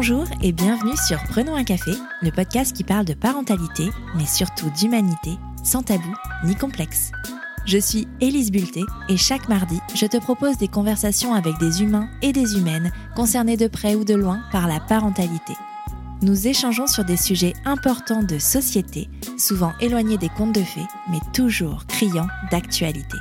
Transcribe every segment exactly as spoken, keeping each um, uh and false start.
Bonjour et bienvenue sur Prenons un café, le podcast qui parle de parentalité, mais surtout d'humanité, sans tabou ni complexe. Je suis Élise Bulté et chaque mardi, je te propose des conversations avec des humains et des humaines concernés de près ou de loin par la parentalité. Nous échangeons sur des sujets importants de société, souvent éloignés des contes de fées, mais toujours criants d'actualité.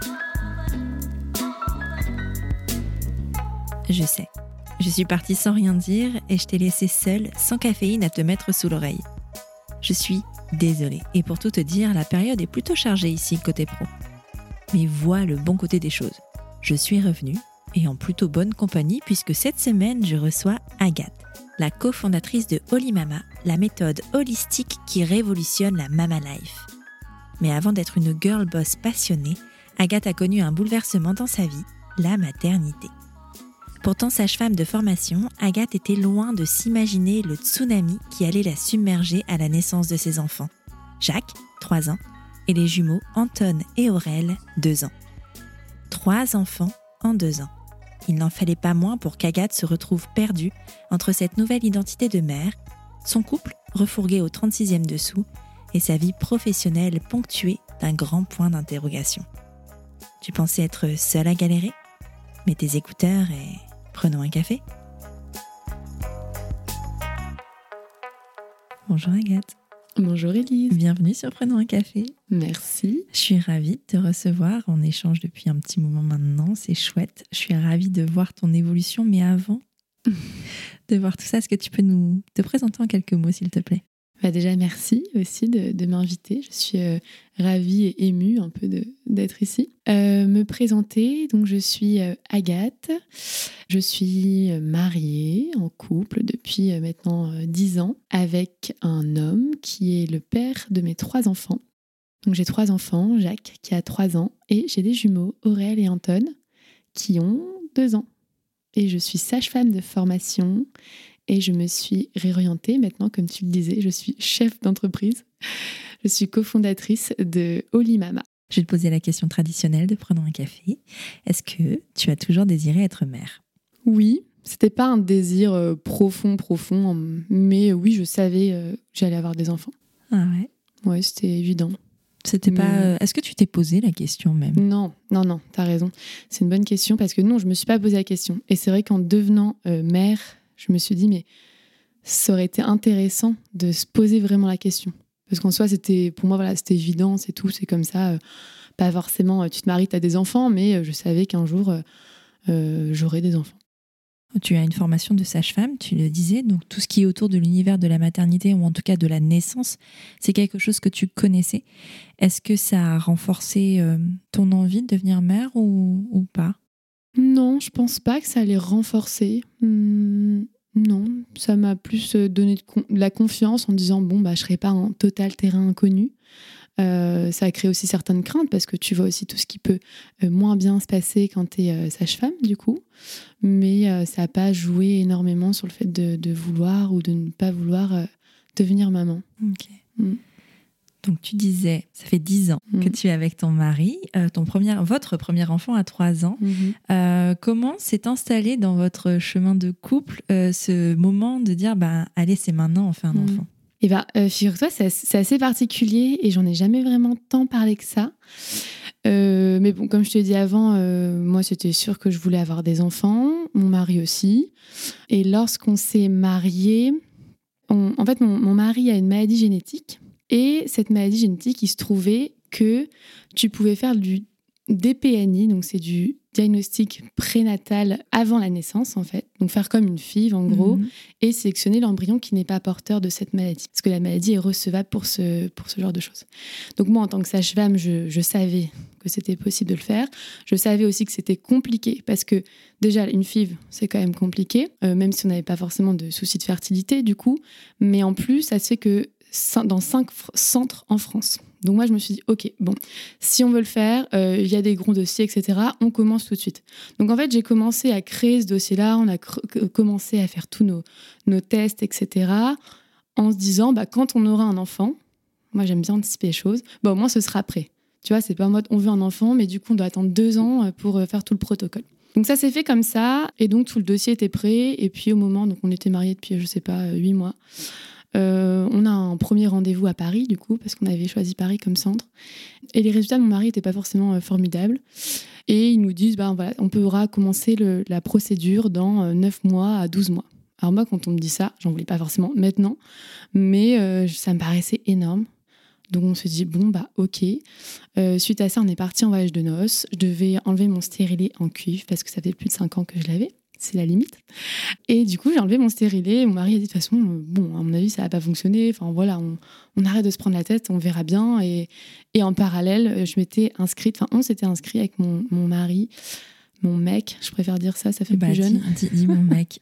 Je sais, je suis partie sans rien dire et je t'ai laissé seule, sans caféine, à te mettre sous l'oreille. Je suis désolée et pour tout te dire, la période est plutôt chargée ici côté pro. Mais vois le bon côté des choses. Je suis revenue et en plutôt bonne compagnie puisque cette semaine, je reçois Agathe, la cofondatrice de Holy Mama, la méthode holistique qui révolutionne la Mama Life. Mais avant d'être une girl boss passionnée, Agathe a connu un bouleversement dans sa vie, la maternité. Pourtant, sage-femme de formation, Agathe était loin de s'imaginer le tsunami qui allait la submerger à la naissance de ses enfants. Jacques, trois ans, et les jumeaux Anton et Aurèle, deux ans. Trois enfants en deux ans. Il n'en fallait pas moins pour qu'Agathe se retrouve perdue entre cette nouvelle identité de mère, son couple refourgué au trente-sixième dessous et sa vie professionnelle ponctuée d'un grand point d'interrogation. Tu pensais être seule à galérer ? Mets tes écouteurs et prenons un café. Bonjour Agathe. Bonjour Élise. Bienvenue sur Prenons un café. Merci. Je suis ravie de te recevoir. On échange depuis un petit moment maintenant. C'est chouette. Je suis ravie de voir ton évolution. Mais avant de voir tout ça, est-ce que tu peux nous te présenter en quelques mots, s'il te plaît ? Bah déjà, merci aussi de, de m'inviter. Je suis euh, ravie et émue un peu de, d'être ici. Euh, me présenter, donc je suis euh, Agathe. Je suis mariée, en couple depuis euh, maintenant euh, dix ans, avec un homme qui est le père de mes trois enfants. Donc j'ai trois enfants, Jacques qui a trois ans, et j'ai des jumeaux, Aurèle et Anton, qui ont deux ans. Et je suis sage-femme de formation. Et je me suis réorientée maintenant, comme tu le disais, je suis chef d'entreprise. Je suis cofondatrice de Holy Mama. Je vais te poser la question traditionnelle de Prenons un café. Est-ce que tu as toujours désiré être mère ? Oui, c'était pas un désir euh, profond, profond, mais oui, je savais euh, que j'allais avoir des enfants. Ah ouais ? Ouais, c'était évident. C'était mais... pas. Euh, est-ce que tu t'es posé la question même ? Non, non, non, t'as raison. C'est une bonne question parce que non, je me suis pas posé la question. Et c'est vrai qu'en devenant euh, mère, je me suis dit, mais ça aurait été intéressant de se poser vraiment la question. Parce qu'en soi, c'était, pour moi, voilà, c'était évident, c'est tout, c'est comme ça. Euh, pas forcément, euh, tu te maries, tu as des enfants, mais euh, je savais qu'un jour, euh, euh, j'aurais des enfants. Tu as une formation de sage-femme, tu le disais, donc tout ce qui est autour de l'univers de la maternité, ou en tout cas de la naissance, c'est quelque chose que tu connaissais. Est-ce que ça a renforcé euh, ton envie de devenir mère ou, ou pas ? Non, je pense pas que ça allait renforcer. Hum, non, ça m'a plus donné de, con- de la confiance en disant bon bah je serai pas un total terrain inconnu. Euh, ça a créé aussi certaines craintes parce que tu vois aussi tout ce qui peut euh, moins bien se passer quand tu es euh, sage-femme du coup. Mais euh, ça n'a pas joué énormément sur le fait de, de vouloir ou de ne pas vouloir euh, devenir maman. Ok. Mm. Donc tu disais, ça fait dix ans mmh. que tu es avec ton mari, euh, ton premier, votre premier enfant a trois ans. Mmh. Euh, comment s'est installé dans votre chemin de couple euh, ce moment de dire, bah, allez, c'est maintenant, on fait un mmh. enfant ? Eh ben, euh, figure-toi, c'est, c'est assez particulier et j'en ai jamais vraiment tant parlé que ça. Euh, mais bon, comme je te l'ai dit avant, euh, moi, c'était sûr que je voulais avoir des enfants, mon mari aussi. Et lorsqu'on s'est mariés, on, en fait, mon, mon mari a une maladie génétique. Et cette maladie génétique, il se trouvait que tu pouvais faire du D P N I, donc c'est du diagnostic prénatal avant la naissance, en fait. Donc faire comme une F I V, en gros, mmh. et sélectionner l'embryon qui n'est pas porteur de cette maladie. Parce que la maladie est recevable pour ce, pour ce genre de choses. Donc moi, en tant que sage-femme, je, je savais que c'était possible de le faire. Je savais aussi que c'était compliqué, parce que déjà, une F I V, c'est quand même compliqué, euh, même si on n'avait pas forcément de soucis de fertilité, du coup. Mais en plus, ça se fait que dans cinq centres en France. Donc moi, je me suis dit, OK, bon, si on veut le faire, il euh, y a des gros dossiers, et cetera. On commence tout de suite. Donc en fait, j'ai commencé à créer ce dossier-là, on a cr- commencé à faire tous nos, nos tests, et cetera, en se disant, bah, quand on aura un enfant, moi j'aime bien anticiper les choses, bah, au moins ce sera prêt. Tu vois, c'est pas en mode, on veut un enfant, mais du coup, on doit attendre deux ans pour faire tout le protocole. Donc ça s'est fait comme ça, et donc tout le dossier était prêt. Et puis au moment, donc on était mariés depuis, je sais pas, huit mois. Euh, on a un premier rendez-vous à Paris, du coup, parce qu'on avait choisi Paris comme centre. Et les résultats de mon mari n'étaient pas forcément euh, formidables. Et ils nous disent, ben voilà, on pourra commencer le, la procédure dans euh, neuf mois à douze mois. Alors moi, quand on me dit ça, j'en voulais pas forcément maintenant, mais euh, ça me paraissait énorme. Donc on se dit, bon, bah ok. Euh, suite à ça, on est parti en voyage de noces. Je devais enlever mon stérilet en cuivre parce que ça fait plus de cinq ans que je l'avais. C'est la limite. Et du coup, j'ai enlevé mon stérilet. Mon mari a dit, de toute façon, euh, bon, à mon avis, ça va pas fonctionner. Enfin voilà, on, on arrête de se prendre la tête, on verra bien. Et, et en parallèle, je m'étais inscrite, enfin on s'était inscrit avec mon, mon mari, mon mec, je préfère dire ça, ça fait bah, plus dis, jeune. Dis, dis mon mec.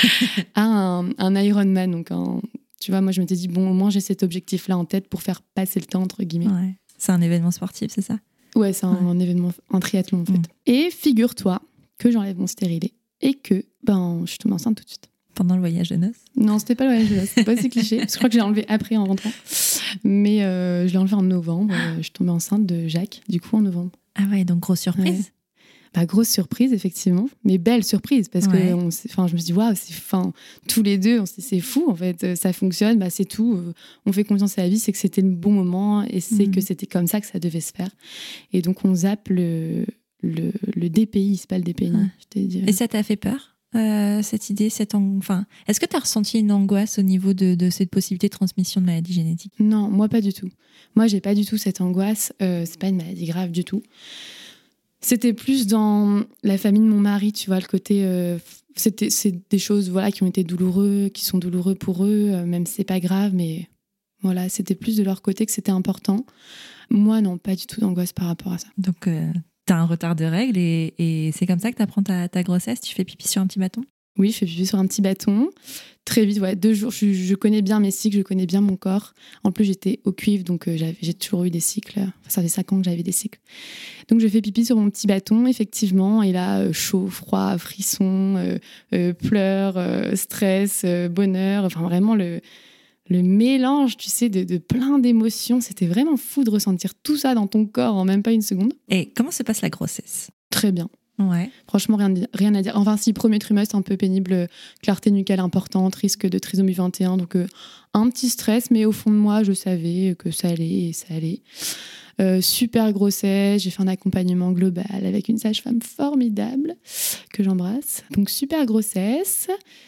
à un, un Ironman, donc un... Tu vois, moi, je m'étais dit, bon, au moins, j'ai cet objectif-là en tête pour faire passer le temps, entre guillemets. Ouais. C'est un événement sportif, c'est ça? Ouais, c'est un, ouais. un événement, un triathlon, en fait. Mmh. Et figure-toi que j'enlève mon stérilet et que, ben, je suis tombée enceinte tout de suite. Pendant le voyage de noces? Non, c'était pas le voyage de noces, c'était pas aussi cliché. Parce que je crois que j'ai enlevé après en rentrant. Mais euh, je l'ai enlevé en novembre. Euh, je suis tombée enceinte de Jacques, du coup, en novembre. Ah ouais, donc grosse surprise. Ouais. Bah, grosse surprise, effectivement, mais belle surprise, parce ouais. que on je me suis dit, waouh, tous les deux, on c'est fou, en fait, ça fonctionne, bah, c'est tout, on fait confiance à la vie, c'est que c'était le bon moment, et c'est mmh. que c'était comme ça que ça devait se faire. Et donc, on zappe le, le, le D P I, c'est pas le D P I. Ah. Je t'ai dit. Et ça t'a fait peur, euh, cette idée, cette ang... enfin, est-ce que tu as ressenti une angoisse au niveau de, de cette possibilité de transmission de maladie génétique? Non, moi, pas du tout. Moi, j'ai pas du tout cette angoisse, euh, c'est pas une maladie grave du tout. C'était plus dans la famille de mon mari, tu vois, le côté... Euh, c'était, c'est des choses voilà, qui ont été douloureux, qui sont douloureux pour eux, euh, même si c'est pas grave, mais voilà, c'était plus de leur côté que c'était important. Moi, non, pas du tout d'angoisse par rapport à ça. Donc, euh, t'as un retard de règles et, et c'est comme ça que t'apprends ta, ta grossesse? Tu fais pipi sur un petit bâton? Oui, je fais pipi sur un petit bâton. Très vite, ouais, deux jours. Je, je connais bien mes cycles, je connais bien mon corps. En plus, j'étais au cuivre, donc euh, j'avais, j'ai toujours eu des cycles. Enfin, ça fait cinq ans que j'avais des cycles. Donc, je fais pipi sur mon petit bâton, effectivement. Et là, euh, chaud, froid, frisson, euh, euh, pleurs, euh, stress, euh, bonheur. Enfin, vraiment, le, le mélange, tu sais, de, de plein d'émotions. C'était vraiment fou de ressentir tout ça dans ton corps en même pas une seconde. Et comment se passe la grossesse? Très bien. Ouais. Franchement, rien, rien à dire. Enfin, si, premier trimestre, un peu pénible, clarté nucale importante, risque de trisomie vingt et un, donc euh, un petit stress, mais au fond de moi, je savais que ça allait et ça allait. Euh, super grossesse, j'ai fait un accompagnement global avec une sage-femme formidable que j'embrasse. Donc, super grossesse.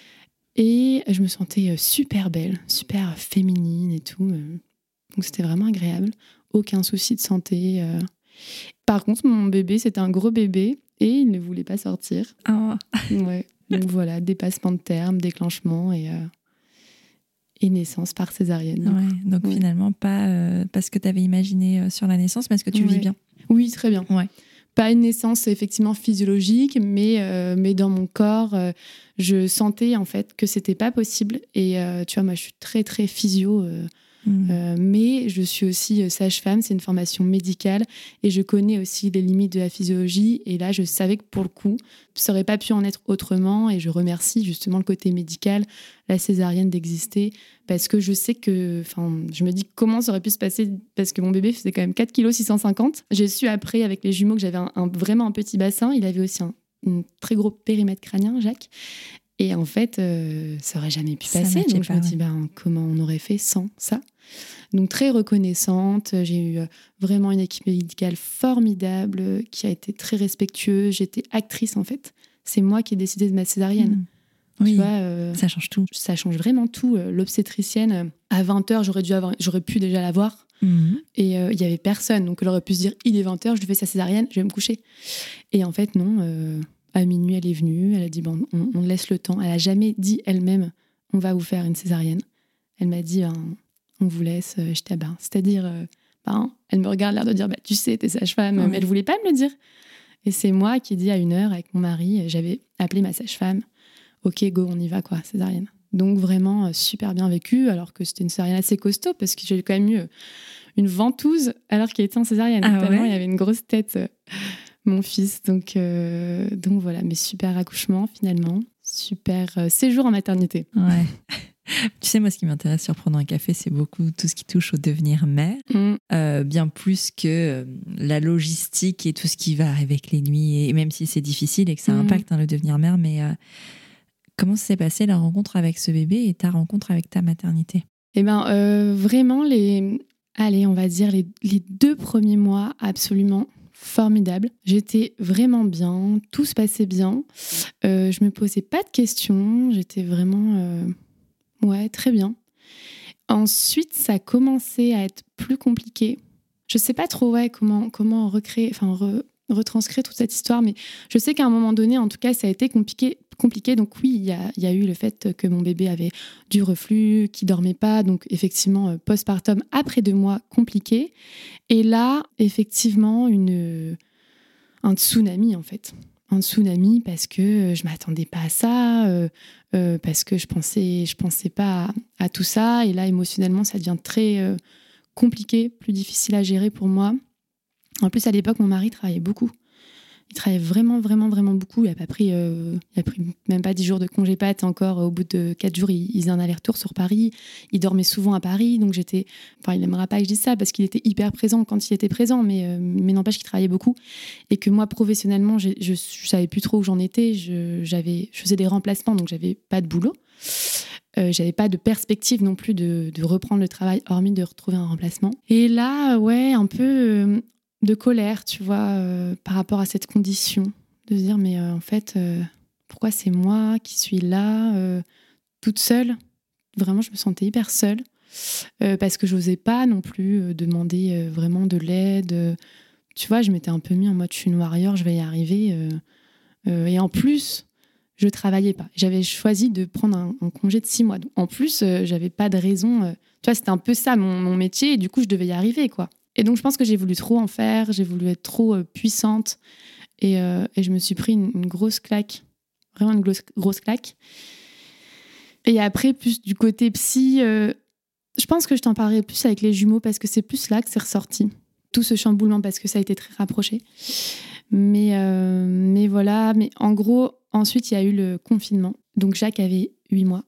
Et je me sentais super belle, super féminine et tout. Donc, c'était vraiment agréable. Aucun souci de santé. Par contre, mon bébé, c'était un gros bébé. Et il ne voulait pas sortir. Oh. Ouais. Donc voilà, dépassement de terme, déclenchement et, euh, et naissance par césarienne. Ouais, donc ouais. Finalement, pas, euh, pas ce que tu avais imaginé euh, sur la naissance, mais est-ce que tu ouais. vis bien? Oui, très bien. Ouais. Pas une naissance effectivement physiologique, mais, euh, mais dans mon corps, euh, je sentais en fait que c'était pas possible. Et euh, tu vois, moi, je suis très, très physio. Euh, Mmh. Euh, mais je suis aussi sage-femme, c'est une formation médicale et je connais aussi les limites de la physiologie et là je savais que pour le coup ça n'aurait pas pu en être autrement et je remercie justement le côté médical, la césarienne d'exister parce que je sais que, enfin je me dis comment ça aurait pu se passer parce que mon bébé faisait quand même quatre virgule six cent cinquante kilos. J'ai su après avec les jumeaux que j'avais un, un, vraiment un petit bassin, il avait aussi un, un très gros périmètre crânien, Jacques. Et en fait, euh, ça aurait jamais pu ça passer. Donc je me dis, ben, comment on aurait fait sans ça? Donc très reconnaissante. J'ai eu vraiment une équipe médicale formidable qui a été très respectueuse. J'étais actrice en fait. C'est moi qui ai décidé de ma césarienne. Mmh. Oui, tu vois, euh, ça change tout. Ça change vraiment tout. L'obstétricienne, à vingt heures, j'aurais, dû avoir, j'aurais pu déjà la voir. Mmh. Et il euh, n'y avait personne. Donc elle aurait pu se dire, il est vingt heures, je lui fais sa césarienne, je vais me coucher. Et en fait, non. Euh, À minuit, elle est venue, elle a dit bon, on, on laisse le temps. Elle n'a jamais dit elle-même on va vous faire une césarienne. Elle m'a dit ben, on vous laisse. J'étais ben, c'est-à-dire, euh, ben, elle me regarde l'air de dire bah, tu sais, t'es sage-femme, ouais. Mais elle ne voulait pas me le dire. Et c'est moi qui ai dit à une heure avec mon mari, j'avais appelé ma sage-femme ok, go, on y va, quoi, césarienne. Donc vraiment super bien vécu, alors que c'était une césarienne assez costaud parce que j'ai quand même eu une ventouse alors qu'il était en césarienne. Ah Tellement ouais. Il y avait une grosse tête. Mon fils, donc, euh, donc voilà, mais super accouchement finalement, super euh, séjour en maternité. Ouais. Tu sais, moi, ce qui m'intéresse sur Prendre un café, c'est beaucoup tout ce qui touche au devenir mère. Mm. Euh, bien bien plus que euh, la logistique et tout ce qui va avec les nuits, et même si c'est difficile et que ça Mmh. impacte hein, le devenir mère, mais euh, comment s'est passée la rencontre avec ce bébé et ta rencontre avec ta maternité? Eh ben, euh, vraiment, les, allez, on va dire les, les deux premiers mois, absolument formidables. J'étais vraiment bien, tout se passait bien. Euh, je me posais pas de questions, j'étais vraiment, euh, ouais, très bien. Ensuite, ça a commencé à être plus compliqué. Je sais pas trop, ouais, comment, comment recréer, enfin, re- retranscrire toute cette histoire, mais je sais qu'à un moment donné, en tout cas, ça a été compliqué. compliqué. Donc oui, il y a, y a eu le fait que mon bébé avait du reflux, qu'il dormait pas, donc effectivement, euh, postpartum, après deux mois, compliqué. Et là, effectivement, une, un tsunami, en fait. Un tsunami parce que je m'attendais pas à ça, euh, euh, parce que je pensais, je pensais pas à, à tout ça. Et là, émotionnellement, ça devient très euh, compliqué, plus difficile à gérer pour moi. En plus, à l'époque, mon mari travaillait beaucoup. Il travaillait vraiment, vraiment, vraiment beaucoup. Il n'a pas pris, euh, il a pris même pas dix jours de congé pat. Encore, au bout de quatre jours, il, il faisait un aller-retour sur Paris. Il dormait souvent à Paris. Donc, j'étais. Enfin, il n'aimera pas que je dise ça parce qu'il était hyper présent quand il était présent. Mais, euh, mais n'empêche qu'il travaillait beaucoup. Et que moi, professionnellement, j'ai, je ne savais plus trop où j'en étais. Je, j'avais, je faisais des remplacements, donc j'avais pas de boulot. Euh, j'avais pas de perspective non plus de, de reprendre le travail, hormis de retrouver un remplacement. Et là, ouais, un peu. Euh, de colère, tu vois, euh, par rapport à cette condition. De se dire, mais euh, en fait, euh, pourquoi c'est moi qui suis là, euh, toute seule? Vraiment, je me sentais hyper seule. Euh, parce que j'osais pas non plus euh, demander euh, vraiment de l'aide. Euh, tu vois, je m'étais un peu mis en mode, je suis une warrior, je vais y arriver. Euh, euh, et en plus, je travaillais pas. J'avais choisi de prendre un, un congé de six mois. Donc, en plus, euh, j'avais pas de raison. Euh, tu vois, c'était un peu ça, mon, mon métier. Et du coup, je devais y arriver, quoi. Et donc, je pense que j'ai voulu trop en faire, j'ai voulu être trop euh, puissante. Et, euh, et je me suis pris une, une grosse claque, vraiment une grosse, grosse claque. Et après, plus du côté psy, euh, je pense que je t'en parlerai plus avec les jumeaux parce que c'est plus là que c'est ressorti. Tout ce chamboulement parce que ça a été très rapproché. Mais, euh, mais voilà, mais en gros, ensuite, il y a eu le confinement. Donc, Jacques avait huit mois.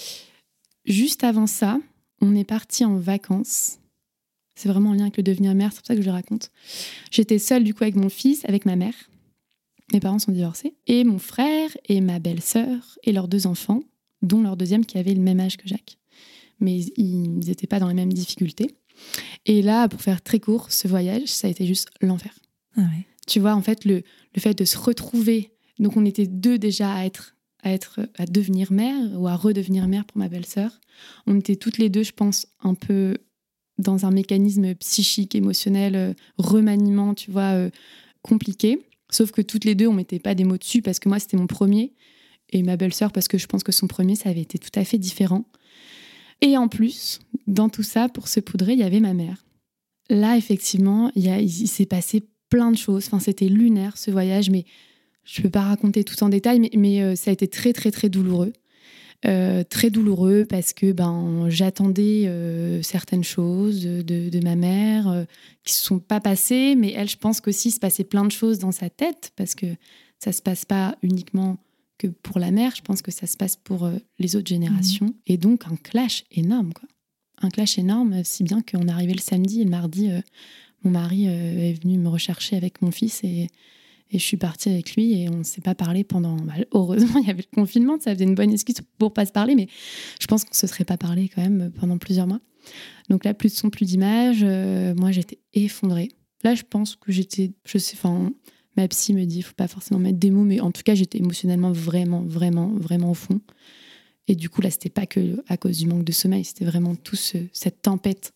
Juste avant ça, on est parti en vacances. C'est vraiment en lien avec le devenir mère, c'est pour ça que je le raconte. J'étais seule du coup avec mon fils, avec ma mère. Mes parents sont divorcés. Et mon frère et ma belle-sœur et leurs deux enfants, dont leur deuxième qui avait le même âge que Jacques. Mais ils n'étaient pas dans les mêmes difficultés. Et là, pour faire très court, ce voyage, ça a été juste l'enfer. Ah ouais. Tu vois, en fait, le, le fait de se retrouver... Donc on était deux déjà à être, à être, à devenir mère ou à redevenir mère pour ma belle-sœur. On était toutes les deux, je pense, un peu... dans un mécanisme psychique, émotionnel, euh, remaniement, tu vois, euh, compliqué. Sauf que toutes les deux, on mettait pas des mots dessus parce que moi, c'était mon premier. Et ma belle-sœur, parce que je pense que son premier, ça avait été tout à fait différent. Et en plus, dans tout ça, pour se poudrer, il y avait ma mère. Là, effectivement, il, y a, il s'est passé plein de choses. Enfin, c'était lunaire, ce voyage, mais je peux pas raconter tout en détail, mais, mais euh, ça a été très, très, très douloureux. Euh, très douloureux parce que ben, j'attendais euh, certaines choses de, de ma mère euh, qui ne se sont pas passées, mais elle, je pense qu'aussi, il se passait plein de choses dans sa tête parce que ça ne se passe pas uniquement que pour la mère, je pense que ça se passe pour euh, les autres générations. Mmh. Et donc, un clash énorme, quoi. Un clash énorme, si bien qu'on est arrivé le samedi et le mardi, euh, mon mari euh, est venu me rechercher avec mon fils et Et je suis partie avec lui et on ne s'est pas parlé pendant... Bah, heureusement, il y avait le confinement, ça faisait une bonne excuse pour ne pas se parler, mais je pense qu'on ne se serait pas parlé quand même pendant plusieurs mois. Donc là, plus de son, plus d'image. Euh, moi, j'étais effondrée. Là, je pense que j'étais... Je sais, enfin, ma psy me dit, il ne faut pas forcément mettre des mots, mais en tout cas, j'étais émotionnellement vraiment, vraiment, vraiment au fond. Et du coup, là, ce n'était pas que à cause du manque de sommeil, c'était vraiment toute ce, cette tempête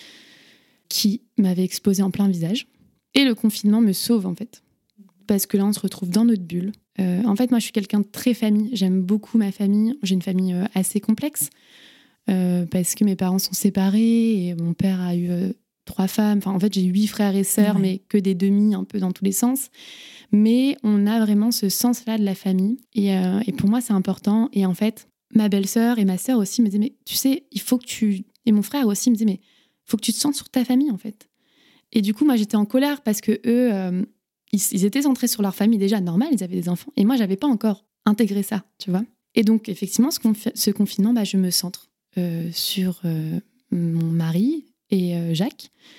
qui m'avait explosé en plein visage. Et le confinement me sauve, en fait. Parce que là, on se retrouve dans notre bulle. Euh, en fait, moi, je suis quelqu'un de très famille. J'aime beaucoup ma famille. J'ai une famille euh, assez complexe euh, parce que mes parents sont séparés et mon père a eu euh, trois femmes. Enfin, en fait, j'ai huit frères et sœurs, ouais. Mais que des demi, un peu dans tous les sens. Mais on a vraiment ce sens-là de la famille. Et, euh, et pour moi, c'est important. Et en fait, ma belle-sœur et ma sœur aussi me disaient, mais tu sais, il faut que tu... Et mon frère aussi me disait, mais il faut que tu te sentes sur ta famille, en fait. Et du coup, moi, j'étais en colère parce que eux... Euh, Ils étaient centrés sur leur famille déjà, normal, ils avaient des enfants. Et moi, je n'avais pas encore intégré ça, tu vois. Et donc, effectivement, ce, confi- ce confinement, bah, je me centre euh, sur euh, mon mari et euh, Jacques.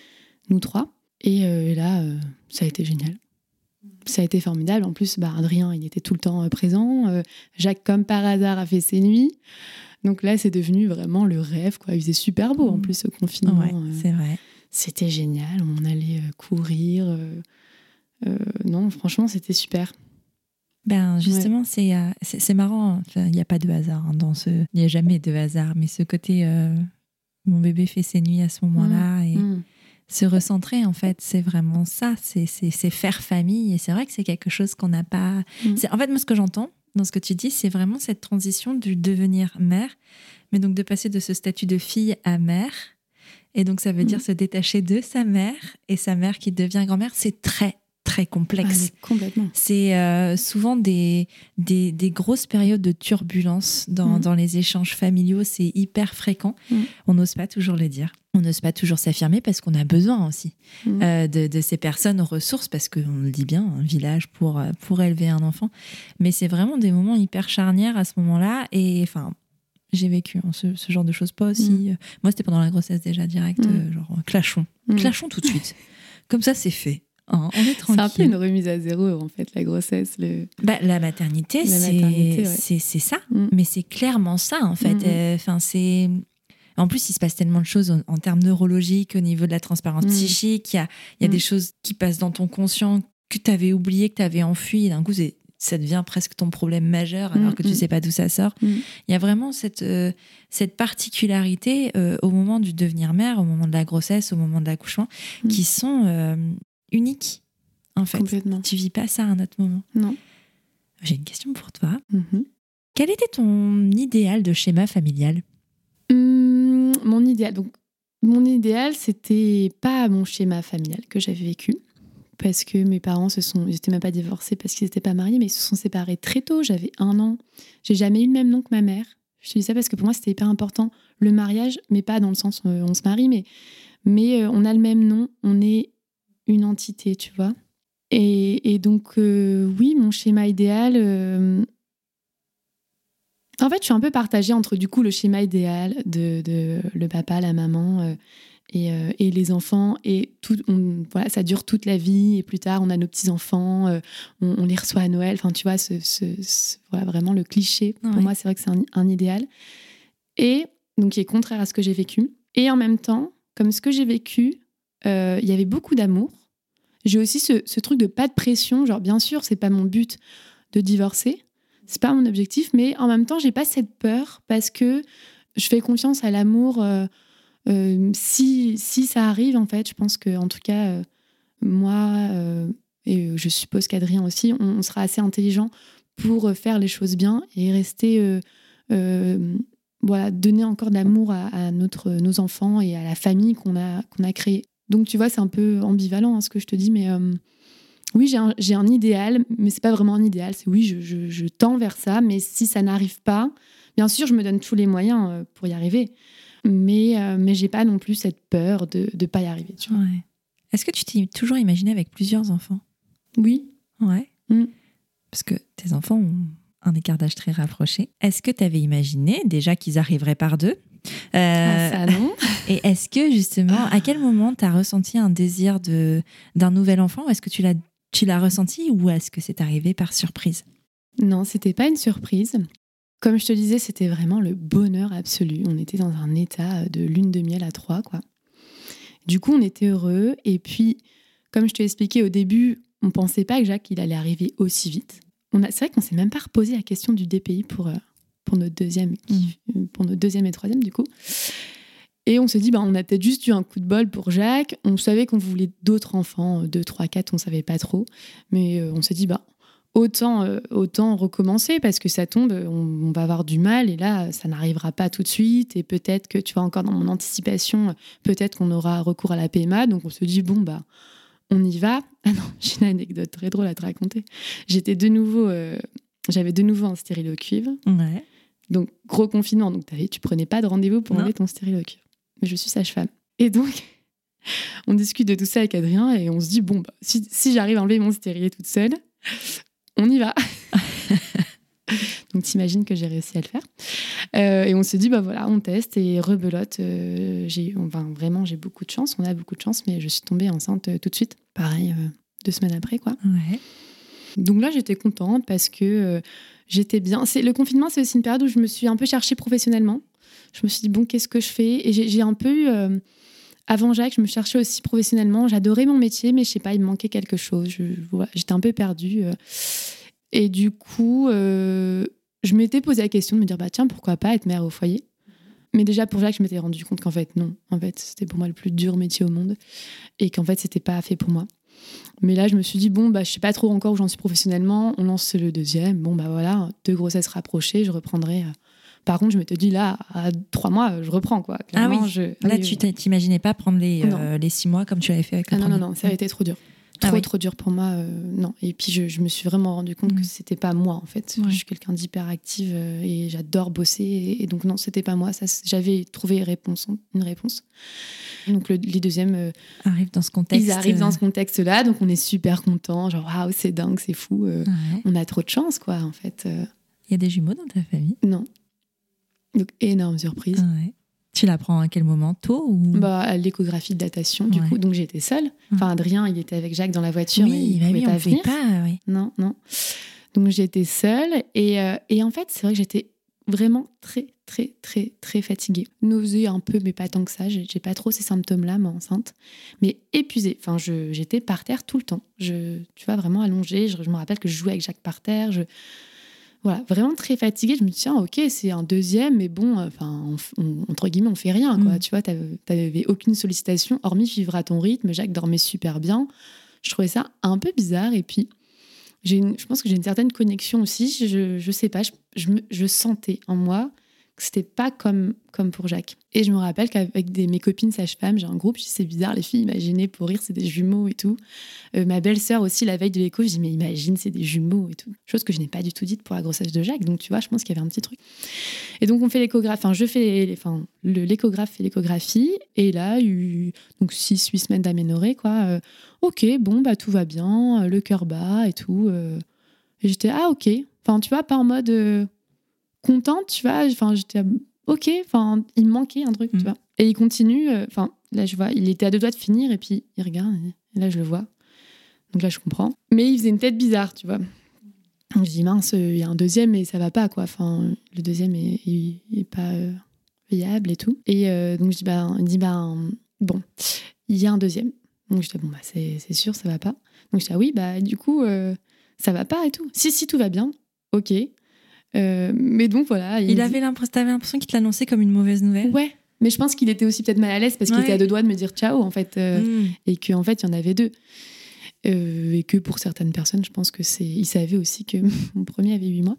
nous trois. Et, euh, et là, euh, ça a été génial. Ça a été formidable. En plus, bah, Adrien, il était tout le temps euh, présent. Euh, Jacques, comme par hasard, a fait ses nuits. Donc là, c'est devenu vraiment le rêve, quoi. Il faisait super beau, en plus, ce confinement. Ouais, euh, c'est vrai. C'était génial. On allait euh, courir. Euh, euh, non, franchement, c'était super. Ben justement, ouais. c'est, euh, c'est c'est marrant. Il n'y a pas de hasard hein, dans ce. Il n'y a jamais de hasard, mais ce côté, euh, mon bébé fait ses nuits à ce moment-là mmh. et mmh. se recentrer, en fait, c'est vraiment ça. C'est, c'est, c'est faire famille. Et c'est vrai que c'est quelque chose qu'on n'a pas. Mmh. C'est, en fait, moi, ce que j'entends dans ce que tu dis, c'est vraiment cette transition du devenir mère, mais donc de passer de ce statut de fille à mère. Et donc, ça veut mmh. dire se détacher de sa mère et sa mère qui devient grand-mère. C'est très très complexe. Ah, complètement. C'est euh, souvent des, des, des grosses périodes de turbulence dans, mmh. dans les échanges familiaux. C'est hyper fréquent. Mmh. On n'ose pas toujours le dire. On n'ose pas toujours s'affirmer parce qu'on a besoin aussi mmh. euh, de, de ces personnes aux ressources parce qu'on le dit bien, un village pour, pour élever un enfant. Mais c'est vraiment des moments hyper charnières à ce moment-là. Et enfin, j'ai vécu hein, ce, ce genre de choses. Pas aussi. Mmh. Moi, c'était pendant la grossesse déjà direct. Mmh. Euh, genre, clashons. Mmh. Clashons tout de suite. Comme ça, c'est fait. Hein, on est tranquille. C'est un peu une remise à zéro, en fait, la grossesse. Le... Bah, la maternité, la c'est, maternité, ouais. c'est, c'est ça. Mm. Mais c'est clairement ça, en fait. Mm. Enfin, c'est... En plus, il se passe tellement de choses en, en termes neurologiques, au niveau de la transparence mm. psychique. Il y a, il y a mm. des choses qui passent dans ton conscient que tu avais oublié, que tu avais enfui. Et d'un coup, c'est, ça devient presque ton problème majeur, alors mm. que tu ne sais pas d'où ça sort. Mm. Il y a vraiment cette, euh, cette particularité euh, au moment du devenir mère, au moment de la grossesse, au moment de l'accouchement, mm. qui sont... Euh, unique, en fait. Complètement. Tu vis pas ça à un autre moment. Non. J'ai une question pour toi. Mm-hmm. Quel était ton idéal de schéma familial ? mmh, Mon idéal, donc mon idéal, c'était pas mon schéma familial que j'avais vécu, parce que mes parents se sont, ils étaient même pas divorcés parce qu'ils n'étaient pas mariés, mais ils se sont séparés très tôt. J'avais un an. J'ai jamais eu le même nom que ma mère. Je te dis ça parce que pour moi, c'était hyper important le mariage, mais pas dans le sens où on se marie, mais mais euh, on a le même nom. On est une entité, tu vois. Et, et donc, euh, oui, mon schéma idéal... Euh... En fait, je suis un peu partagée entre, du coup, le schéma idéal de, de le papa, la maman euh, et, euh, et les enfants. Et tout, on, voilà, ça dure toute la vie. Et plus tard, on a nos petits-enfants, euh, on, on les reçoit à Noël. Enfin, tu vois, ce, ce, ce, voilà, vraiment le cliché. Ouais. Pour moi, c'est vrai que c'est un, un idéal. Et donc, qui est contraire à ce que j'ai vécu. Et en même temps, comme ce que j'ai vécu, il euh, y avait beaucoup d'amour. J'ai aussi ce, ce truc de pas de pression. Genre, bien sûr, c'est pas mon but de divorcer. C'est pas mon objectif. Mais en même temps, j'ai pas cette peur parce que je fais confiance à l'amour. Euh, euh, si, si ça arrive, en fait, je pense que, en tout cas, euh, moi, euh, et je suppose qu'Adrien aussi, on, on sera assez intelligent pour faire les choses bien et rester... Euh, euh, voilà, donner encore de l'amour à, à notre, nos enfants et à la famille qu'on a, qu'on a créée. Donc, tu vois, c'est un peu ambivalent hein, ce que je te dis, mais euh, oui, j'ai un, j'ai un idéal, mais c'est pas vraiment un idéal. C'est oui, je, je, je tends vers ça, mais si ça n'arrive pas, bien sûr, je me donne tous les moyens euh, pour y arriver, mais, euh, mais j'ai pas non plus cette peur de ne pas y arriver. Tu vois. Ouais. Est-ce que tu t'es toujours imaginé avec plusieurs enfants ? Oui. Ouais. Mm. Parce que tes enfants ont un écart d'âge très rapproché. Est-ce que tu avais imaginé déjà qu'ils arriveraient par deux ? Euh, ah, ça non. Et est-ce que justement, à quel moment tu as ressenti un désir de, d'un nouvel enfant ? Est-ce que tu l'as, tu l'as ressenti ou est-ce que c'est arrivé par surprise ? Non, c'était pas une surprise. Comme je te disais, c'était vraiment le bonheur absolu. On était dans un état de lune de miel à trois, quoi. Du coup, on était heureux. Et puis, comme je te l'ai expliqué au début, on pensait pas que Jacques il allait arriver aussi vite. On a, c'est vrai qu'on s'est même pas reposé la question du D P I pour, pour, notre deuxième, mmh. pour notre deuxième et troisième, du coup. Et on s'est dit, bah, on a peut-être juste eu un coup de bol pour Jacques. On savait qu'on voulait d'autres enfants, deux, trois, quatre, on savait pas trop. Mais euh, on s'est dit, bah, autant, euh, autant recommencer parce que ça tombe, on, on va avoir du mal. Et là, ça n'arrivera pas tout de suite. Et peut-être que, tu vois, encore dans mon anticipation, peut-être qu'on aura recours à la P M A. Donc on se dit, bon, bah, on y va. Ah non, j'ai une anecdote très drôle à te raconter. J'étais de nouveau, euh, j'avais de nouveau un stérilet au cuivre. Ouais. Donc, gros confinement. Donc, tu prenais pas de rendez-vous pour non. enlever ton stérilet au cuivre. Mais je suis sage-femme. Et donc, on discute de tout ça avec Adrien et on se dit, bon, bah, si, si j'arrive à enlever mon stérilet toute seule, on y va. Donc t'imagines que j'ai réussi à le faire. Euh, et on s'est dit, bah voilà, on teste et rebelote. Euh, j'ai, enfin, vraiment, j'ai beaucoup de chance. On a beaucoup de chance, mais je suis tombée enceinte euh, tout de suite. Pareil, euh, deux semaines après, quoi. Ouais. Donc là, j'étais contente parce que euh, j'étais bien. C'est, le confinement, c'est aussi une période où je me suis un peu cherchée professionnellement. Je me suis dit, bon, qu'est-ce que je fais ? Et j'ai, j'ai un peu eu... Euh, avant Jacques, je me cherchais aussi professionnellement. J'adorais mon métier, mais je sais pas, il me manquait quelque chose. Je, voilà, j'étais un peu perdue. Euh, et du coup, euh, je m'étais posé la question de me dire, bah tiens, pourquoi pas être mère au foyer ? Mais déjà, pour Jacques, je m'étais rendu compte qu'en fait, non. En fait, c'était pour moi le plus dur métier au monde. Et qu'en fait, c'était pas fait pour moi. Mais là, je me suis dit, bon, bah, je sais pas trop encore où j'en suis professionnellement. On lance le deuxième. Bon, bah voilà, deux grossesses rapprochées, je reprendrai. Par contre, je m'étais dit, là, à trois mois, je reprends, quoi. Clairement, ah oui, je... là, oui, tu oui. t'imaginais pas prendre les, euh, les six mois comme tu l'avais fait avec le ah non, premier. non, non, ça a été trop dur. Trop, ah oui. trop dur pour moi. Euh, non. Et puis, je, je me suis vraiment rendu compte mmh. que c'était pas moi, en fait. Ouais. Je suis quelqu'un d'hyperactive euh, et j'adore bosser. Et, et donc, non, c'était pas moi. Ça, j'avais trouvé réponse, une réponse. Donc, le, les deuxièmes... Euh, arrivent dans ce contexte. Ils arrivent dans ce contexte-là. Donc, on est super contents. Genre, waouh, c'est dingue, c'est fou. Euh, ouais. On a trop de chance, quoi, en fait. Il euh... y a des jumeaux dans ta famille ? Non. Donc, énorme surprise. Ouais. Tu l'apprends à quel moment ? Tôt ou... bah, à l'échographie de datation, du ouais. coup. Donc, j'étais seule. Enfin, Adrien, il était avec Jacques dans la voiture, oui, mais il ne bah pouvait oui, pas on venir. Pas, oui. Non, non. Donc, j'étais seule. Et, euh, et en fait, c'est vrai que j'étais vraiment très, très, très, très fatiguée. Nausée un peu, mais pas tant que ça. J'ai, j'ai pas trop ces symptômes-là, moi, enceinte. Mais épuisée. Enfin, je, j'étais par terre tout le temps. Je, tu vois, vraiment allongée. Je, je me rappelle que je jouais avec Jacques par terre. Je... Voilà, vraiment très fatiguée. Je me dis, tiens, ok, c'est un deuxième, mais bon, enfin, on, on, entre guillemets, on fait rien, quoi. Mmh. Tu vois, t'avais, t'avais aucune sollicitation, hormis vivre à ton rythme. Jacques dormait super bien. Je trouvais ça un peu bizarre. Et puis, j'ai une, je pense que j'ai une certaine connexion aussi. Je, je sais pas, je, je, me, je sentais en moi que c'était pas comme, comme pour Jacques. Et je me rappelle qu'avec des, mes copines sages-femmes, j'ai un groupe, je dis, c'est bizarre, les filles, imaginez, pour rire, c'est des jumeaux et tout. Euh, ma belle-sœur aussi, la veille de l'écho, je dis, mais imagine, c'est des jumeaux et tout. Chose que je n'ai pas du tout dite pour la grossesse de Jacques. Donc, tu vois, je pense qu'il y avait un petit truc. Et donc, on fait l'échographie, enfin, je fais, les, enfin, le, l'échographe fait l'échographie. Et là, il y a eu donc six huit semaines d'aménorrhée, quoi. Euh, ok, bon, bah, tout va bien, le cœur bat et tout. Euh, et j'étais, ah, ok. Enfin, tu vois, pas en mode euh, contente, tu vois. Enfin, j'étais, ok, enfin, il me manquait un truc, mmh. tu vois. Et il continue, enfin, euh, là, je vois, il était à deux doigts de finir, et puis il regarde, et là, je le vois. Donc là, je comprends. Mais il faisait une tête bizarre, tu vois. Donc, je dis, mince, il y a un deuxième, et ça va pas, quoi. Enfin, le deuxième est, est, est pas euh, viable et tout. Et euh, donc, je dis, bah, il dit, bah, bon, il y a un deuxième. Donc, je dis, bon, bah, c'est, c'est sûr, ça va pas. Donc, je dis, ah oui, bah, du coup, euh, ça va pas et tout. Si, si, tout va bien. Ok. Euh, mais donc, voilà. Il, il avait dit... l'impression, t'avais l'impression qu'il te l'annonçait comme une mauvaise nouvelle. Ouais. Mais je pense qu'il était aussi peut-être mal à l'aise parce qu'il ouais. était à deux doigts de me dire ciao, en fait. Euh, mmh. Et qu'en fait, il y en avait deux. Euh, et que pour certaines personnes, je pense que c'est... Il savait aussi que mon premier avait huit mois.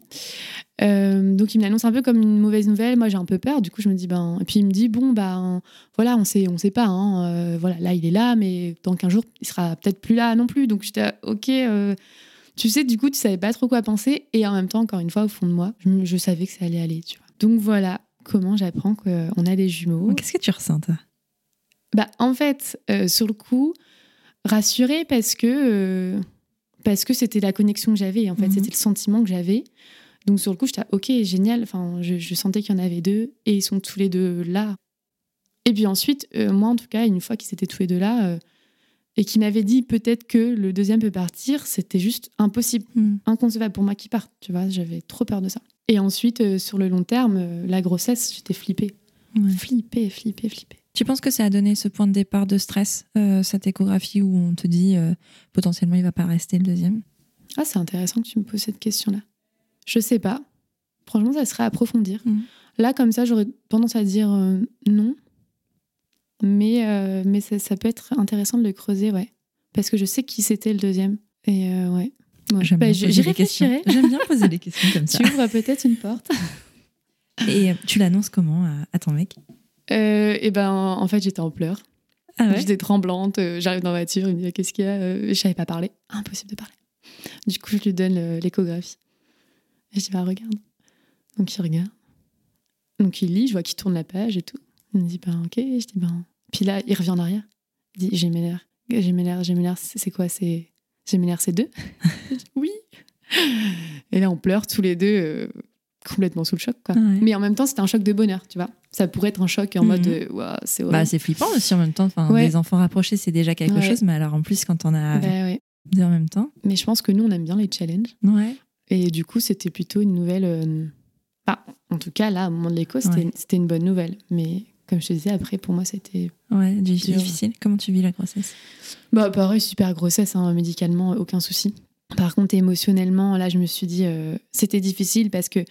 Euh, donc, il me l'annonce un peu comme une mauvaise nouvelle. Moi, j'ai un peu peur. Du coup, je me dis... ben Et puis, il me dit, bon, ben voilà, on sait, on sait pas. Hein. Euh, voilà, là, il est là, mais dans quinze jours, il sera peut-être plus là non plus. Donc, j'étais, ok... Euh, tu sais, du coup, tu savais pas trop quoi penser. Et en même temps, encore une fois, au fond de moi, je, je savais que ça allait aller, tu vois. Donc, voilà comment j'apprends qu'on a des jumeaux. Qu'est-ce que tu ressens, toi ? Bah, en fait, euh, sur le coup... rassurée parce que euh, parce que c'était la connexion que j'avais en fait mmh. c'était le sentiment que j'avais donc sur le coup j'étais ok génial enfin je, je sentais qu'il y en avait deux et ils sont tous les deux là et puis ensuite euh, moi en tout cas une fois qu'ils étaient tous les deux là euh, et qu'ils m'avaient dit peut-être que le deuxième peut partir, c'était juste impossible, mmh. inconcevable pour moi qu'ils partent, tu vois, j'avais trop peur de ça. Et ensuite euh, sur le long terme euh, la grossesse j'étais flippée ouais. flippée flippée flippée. Tu penses que ça a donné ce point de départ de stress, euh, cette échographie où on te dit euh, potentiellement il va pas rester le deuxième ? Ah, c'est intéressant que tu me poses cette question-là. Je sais pas. Franchement, ça serait à approfondir. Mmh. Là, comme ça, j'aurais tendance à dire euh, non. Mais, euh, mais ça, ça peut être intéressant de le creuser, ouais. Parce que je sais qui c'était le deuxième. Et euh, ouais. ouais. J'aime, bah, bien j'y réfléchirai. J'aime bien poser des questions comme ça. Tu ouvres peut-être une porte. Et euh, tu l'annonces comment à, à ton mec ? Euh, et ben, en fait, j'étais en pleurs. Ah ouais ? J'étais tremblante. Euh, j'arrive dans la voiture, il me dit qu'est-ce qu'il y a euh, je savais pas parler. Impossible de parler. Du coup, je lui donne euh, l'échographie. Et je dis bah regarde. Donc il regarde. Donc il lit, je vois qu'il tourne la page et tout. Il me dit bah ok. Je dis ben. Puis là, il revient en arrière. Il dit gémellaire. Gémellaire, gémellaire, c'est, c'est quoi c'est gémellaire, c'est deux. Je dis oui. Et là, on pleure tous les deux. Euh, complètement sous le choc, quoi. Ouais. Mais en même temps, c'était un choc de bonheur, tu vois. Ça pourrait être un choc en Mhm. mode, euh, Ouah, c'est horrible. Bah, c'est flippant aussi en même temps. Enfin, Ouais. des enfants rapprochés, c'est déjà quelque Ouais. chose, mais alors en plus, quand on a Bah, ouais. deux en même temps. Mais je pense que nous, on aime bien les challenges. Ouais. Et du coup, c'était plutôt une nouvelle. euh, Enfin, en tout cas, là, au moment de l'écho, c'était, Ouais. c'était une bonne nouvelle. Mais comme je te disais, après, pour moi, c'était. Ouais, du- Dur. difficile. Comment tu vis la grossesse? Bah, pareil, super grossesse, hein, médicalement, aucun souci. Par contre, émotionnellement, là, je me suis dit, euh, c'était difficile parce que,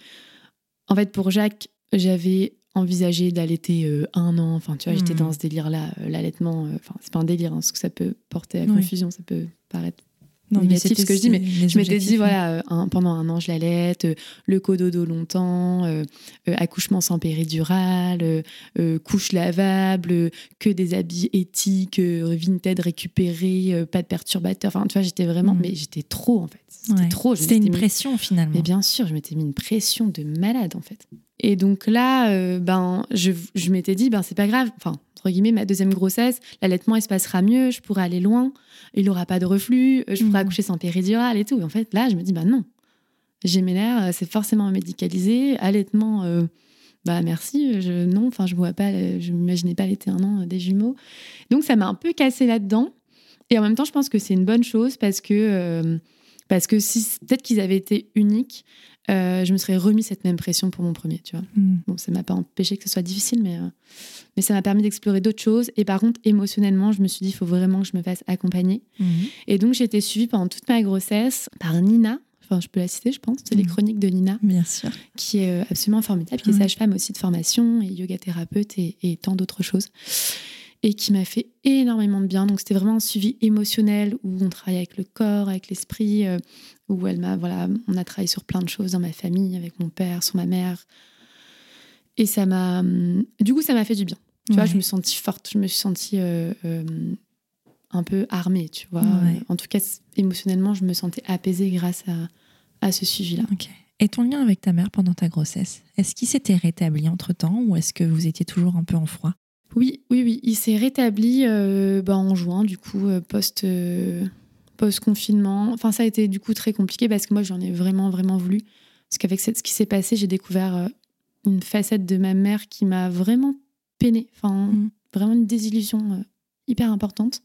en fait, pour Jacques, j'avais envisagé d'allaiter euh, un an. Enfin, tu vois, j'étais Mhm. dans ce délire-là, euh, l'allaitement. euh, Enfin, c'est pas un délire, hein, parce que ça peut porter à Ouais. confusion, ça peut paraître Non, négatif, c'était ce que je dis, mais les je m'étais objectifs, dit, hein. voilà, euh, un- pendant un an, je l'allaite, euh, le cododo longtemps, euh, euh, accouchement sans péridurale, euh, euh, couche lavable, euh, que des habits éthiques, euh, Vinted récupérés, euh, pas de perturbateurs. Enfin, tu vois, j'étais vraiment... Mhm. Mais j'étais trop, en fait. C'était Ouais. trop. Je C'était m'étais une mis- pression finalement. Mais bien sûr, je m'étais mis une pression de malade, en fait. Et donc là, euh, ben, je, je m'étais dit, ben, c'est pas grave. Enfin, entre guillemets, ma deuxième grossesse, l'allaitement, il se passera mieux, je pourrai aller loin, il n'aura pas de reflux, euh, je pourrai Mhm. accoucher sans péridurale et tout. Et en fait, là, je me dis, ben non. J'ai mes nerfs, euh, c'est forcément médicalisé. Allaitement, euh, bah merci, je, non, enfin, je vois pas, euh, je m'imaginais pas allaiter un an euh, des jumeaux. Donc, ça m'a un peu cassé là-dedans. Et en même temps, je pense que c'est une bonne chose parce que, euh, parce que si peut-être qu'ils avaient été uniques, euh, je me serais remis cette même pression pour mon premier, tu vois. Mhm. Bon, ça m'a pas empêché que ce soit difficile, mais, euh, mais ça m'a permis d'explorer d'autres choses. Et par contre, émotionnellement, je me suis dit, il faut vraiment que je me fasse accompagner. Mhm. Et donc, j'ai été suivie pendant toute ma grossesse par Nina. Enfin, je peux la citer, je pense. C'est les Mhm. chroniques de Nina, Bien sûr. qui est euh, absolument formidable, qui est Ouais. sage-femme aussi de formation et yoga thérapeute et, et tant d'autres choses. Et qui m'a fait énormément de bien. Donc, c'était vraiment un suivi émotionnel où on travaille avec le corps, avec l'esprit, euh, où elle m'a, voilà, on a travaillé sur plein de choses dans ma famille, avec mon père, sur ma mère. Et ça m'a. hum, Du coup, ça m'a fait du bien. Tu vois, Ouais. je me suis sentie forte, je me suis sentie euh, euh, un peu armée, tu vois. Ouais. En tout cas, c- émotionnellement, je me sentais apaisée grâce à, à ce suivi-là. Ok. Et ton lien avec ta mère pendant ta grossesse, est-ce qu'il s'était rétabli entre-temps ou est-ce que vous étiez toujours un peu en froid? Oui, oui, oui. Il s'est rétabli euh, bah, en juin, du coup, euh, post, euh, post-confinement. Enfin, ça a été du coup très compliqué parce que moi, j'en ai vraiment, vraiment voulu. Parce qu'avec cette- ce qui s'est passé, j'ai découvert euh, une facette de ma mère qui m'a vraiment peinée. Enfin, Mm. vraiment une désillusion euh, hyper importante.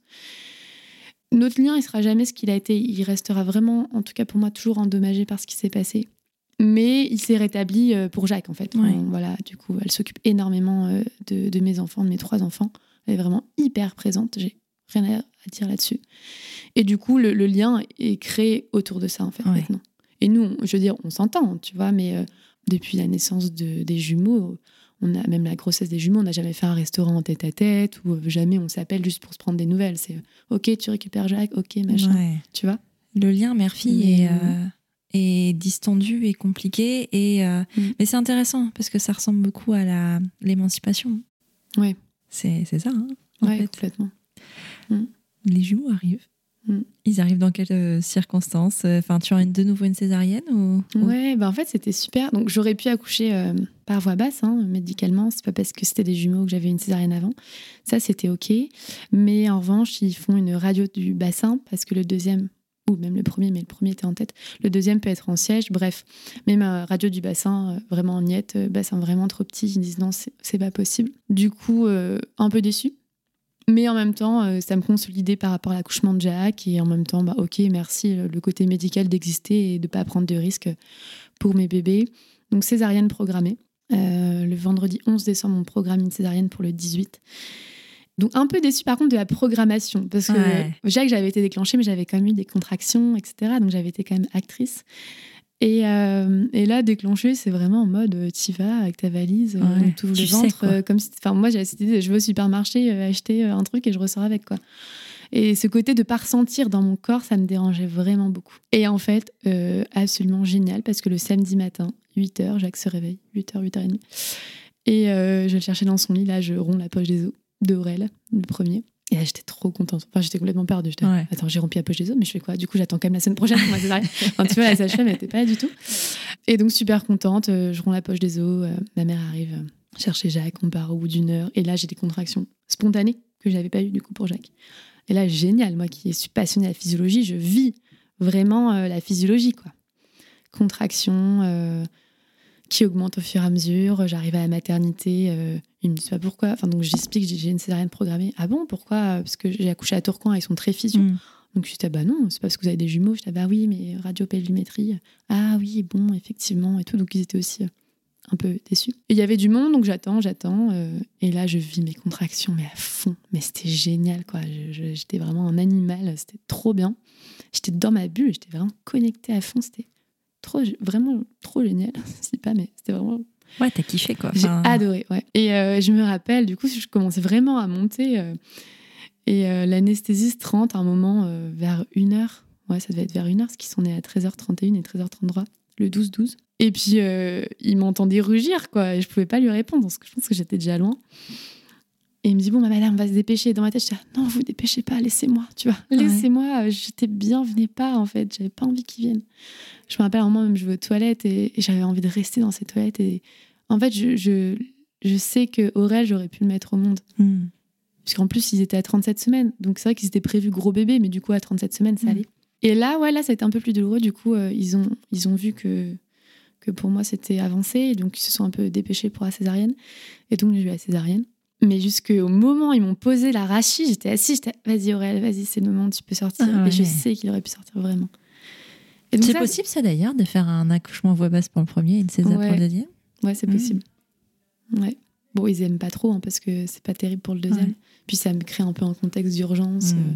Notre lien, il sera jamais ce qu'il a été. Il restera vraiment, en tout cas pour moi, toujours endommagé par ce qui s'est passé. Mais il s'est rétabli euh, pour Jacques, en fait. Ouais. Enfin, voilà, du coup, elle s'occupe énormément euh, de, de mes enfants, de mes trois enfants. Elle est vraiment hyper présente. J'ai rien à, à dire là-dessus. Et du coup, le, le lien est créé autour de ça, en fait, Ouais. maintenant. Et nous, on- je veux dire, on s'entend, tu vois, mais euh, depuis la naissance de, des jumeaux, on a, même la grossesse des jumeaux, on n'a jamais fait un restaurant en tête-à-tête ou euh, jamais on s'appelle juste pour se prendre des nouvelles. C'est euh, OK, tu récupères Jacques, OK, machin, Ouais. tu vois. Le lien mère-fille Mais, est, euh, est distendu et compliqué. Et, euh, Mm. Mais c'est intéressant parce que ça ressemble beaucoup à la, l'émancipation. Ouais. C'est, c'est ça, hein, en Ouais, fait. complètement. Les jumeaux arrivent. Mm. Ils arrivent dans quelles euh, circonstances? Enfin, tu as une- de nouveau une césarienne ou... ou- Ouais, bah en fait, c'était super. Donc, j'aurais pu accoucher euh, par voie basse, hein, médicalement. C'est pas parce que c'était des jumeaux que j'avais une césarienne avant. Ça, c'était OK. Mais en revanche, ils font une radio du bassin parce que le deuxième, ou même le premier, mais le premier était en tête, le deuxième peut être en siège. Bref, même euh, radio du bassin, euh, vraiment en niette, euh, bassin vraiment trop petit. Ils disent non, c'est, c'est pas possible. Du coup, euh, un peu déçue. Mais en même temps, euh, ça me consolidait par rapport à l'accouchement de Jack. Et en même temps, bah, ok, merci, le, le côté médical d'exister et de ne pas prendre de risques pour mes bébés. Donc, césarienne programmée. Euh, le vendredi onze décembre, on programme une césarienne pour le dix-huit. Donc, un peu déçue par contre de la programmation. Parce que Ouais. Jacques, j'avais été déclenchée, mais j'avais quand même eu des contractions, et cetera. Donc, j'avais été quand même actrice. Et, euh, et là, déclencher, c'est vraiment en mode, euh, t'y vas avec ta valise, euh, Ouais, on t'ouvre tu le sais, ventre. quoi. euh, comme si, enfin, moi, j'avais cette idée, de, je vais au supermarché euh, acheter euh, un truc et je ressors avec, quoi. Et ce côté de pas ressentir dans mon corps, ça me dérangeait vraiment beaucoup. Et en fait, euh, absolument génial, parce que le samedi matin, huit heures, Jacques se réveille, huit heures, huit heures trente. Et euh, je le cherchais dans son lit, là, je romps la poche des os d'Aurel, le premier. Et là, j'étais trop contente. Enfin, j'étais complètement perdue. J'étais, Ouais. attends, j'ai rompu la poche des os, mais je fais quoi? Du coup, j'attends quand même la semaine prochaine pour ma césarienne. Enfin, tu vois, la sage-femme, elle n'était pas là du tout. Et donc, super contente. euh, Je romps la poche des os. euh, Ma mère arrive euh, chercher Jacques. On part au bout d'une heure. Et là, j'ai des contractions spontanées que je n'avais pas eues du coup pour Jacques. Et là, génial. Moi qui suis passionnée de la physiologie, je vis vraiment euh, la physiologie, quoi. Contractions, euh, qui augmente au fur et à mesure. J'arrive à la maternité, euh, ils me disent pas pourquoi. Enfin, donc j'explique, j'ai une césarienne programmée. Ah bon, pourquoi? Parce que j'ai accouché à Tourcoing, ils sont très fusion. Mm. Donc je dis, ah bah non, c'est pas parce que vous avez des jumeaux. Je dis, ah bah oui, mais radiopelvimétrie. Ah oui, bon, effectivement, et tout. Donc ils étaient aussi euh, un peu déçus. Et il y avait du monde, donc j'attends, j'attends. Euh, et là, je vis mes contractions, mais à fond. Mais c'était génial, quoi. Je, je, j'étais vraiment un animal, c'était trop bien. J'étais dans ma bulle, j'étais vraiment connectée à fond. C'était trop, vraiment trop génial. Je dis pas, mais c'était vraiment... Ouais, t'as kiffé, quoi. Enfin... J'ai adoré, ouais. Et euh, je me rappelle, du coup, je commençais vraiment à monter. Euh, et euh, l'anesthésiste rentre à un moment euh, vers une heure. Ouais, ça devait être vers une heure, parce qu'ils sont nés à treize heures trente et une et treize heures trente-trois, le douze douze. Et puis, euh, il m'entendait rugir, quoi. Et je pouvais pas lui répondre, parce que je pense que j'étais déjà loin. Et il me dit, bon, bah, madame, on va se dépêcher. Et dans ma tête, je dis, non, vous dépêchez pas, laissez-moi, tu vois. Laissez-moi, ouais. J'étais bien, venez pas, en fait. J'avais pas envie qu'ils viennent. Je me rappelle, à un moment, même, je vais aux toilettes et, et j'avais envie de rester dans ces toilettes. Et en fait, je, je, je sais qu'Aurel, j'aurais pu le mettre au monde. Mm. Parce qu'en plus, ils étaient à trente-sept semaines. Donc, c'est vrai qu'ils étaient prévus gros bébé, mais du coup, à trente-sept semaines, ça mm. allait. Et là, ouais, là, ça a été un peu plus douloureux. Du coup, euh, ils, ont, ils ont vu que, que pour moi, c'était avancé. Et donc, ils se sont un peu dépêchés pour la césarienne. Et donc, j'ai eu la césarienne. Mais jusqu'au moment où ils m'ont posé la rachis, j'étais assise, j'étais vas-y Aurel, vas-y, c'est le moment, tu peux sortir. Ah ouais. Et je sais qu'il aurait pu sortir vraiment. Et donc c'est ça, possible ça d'ailleurs, de faire un accouchement voix basse pour le premier et une césar ouais. pour le deuxième? Ouais, c'est possible. Mmh. Ouais. Bon, ils aiment pas trop hein, parce que c'est pas terrible pour le deuxième. Ouais. Puis ça me crée un peu un contexte d'urgence. Mmh. Euh,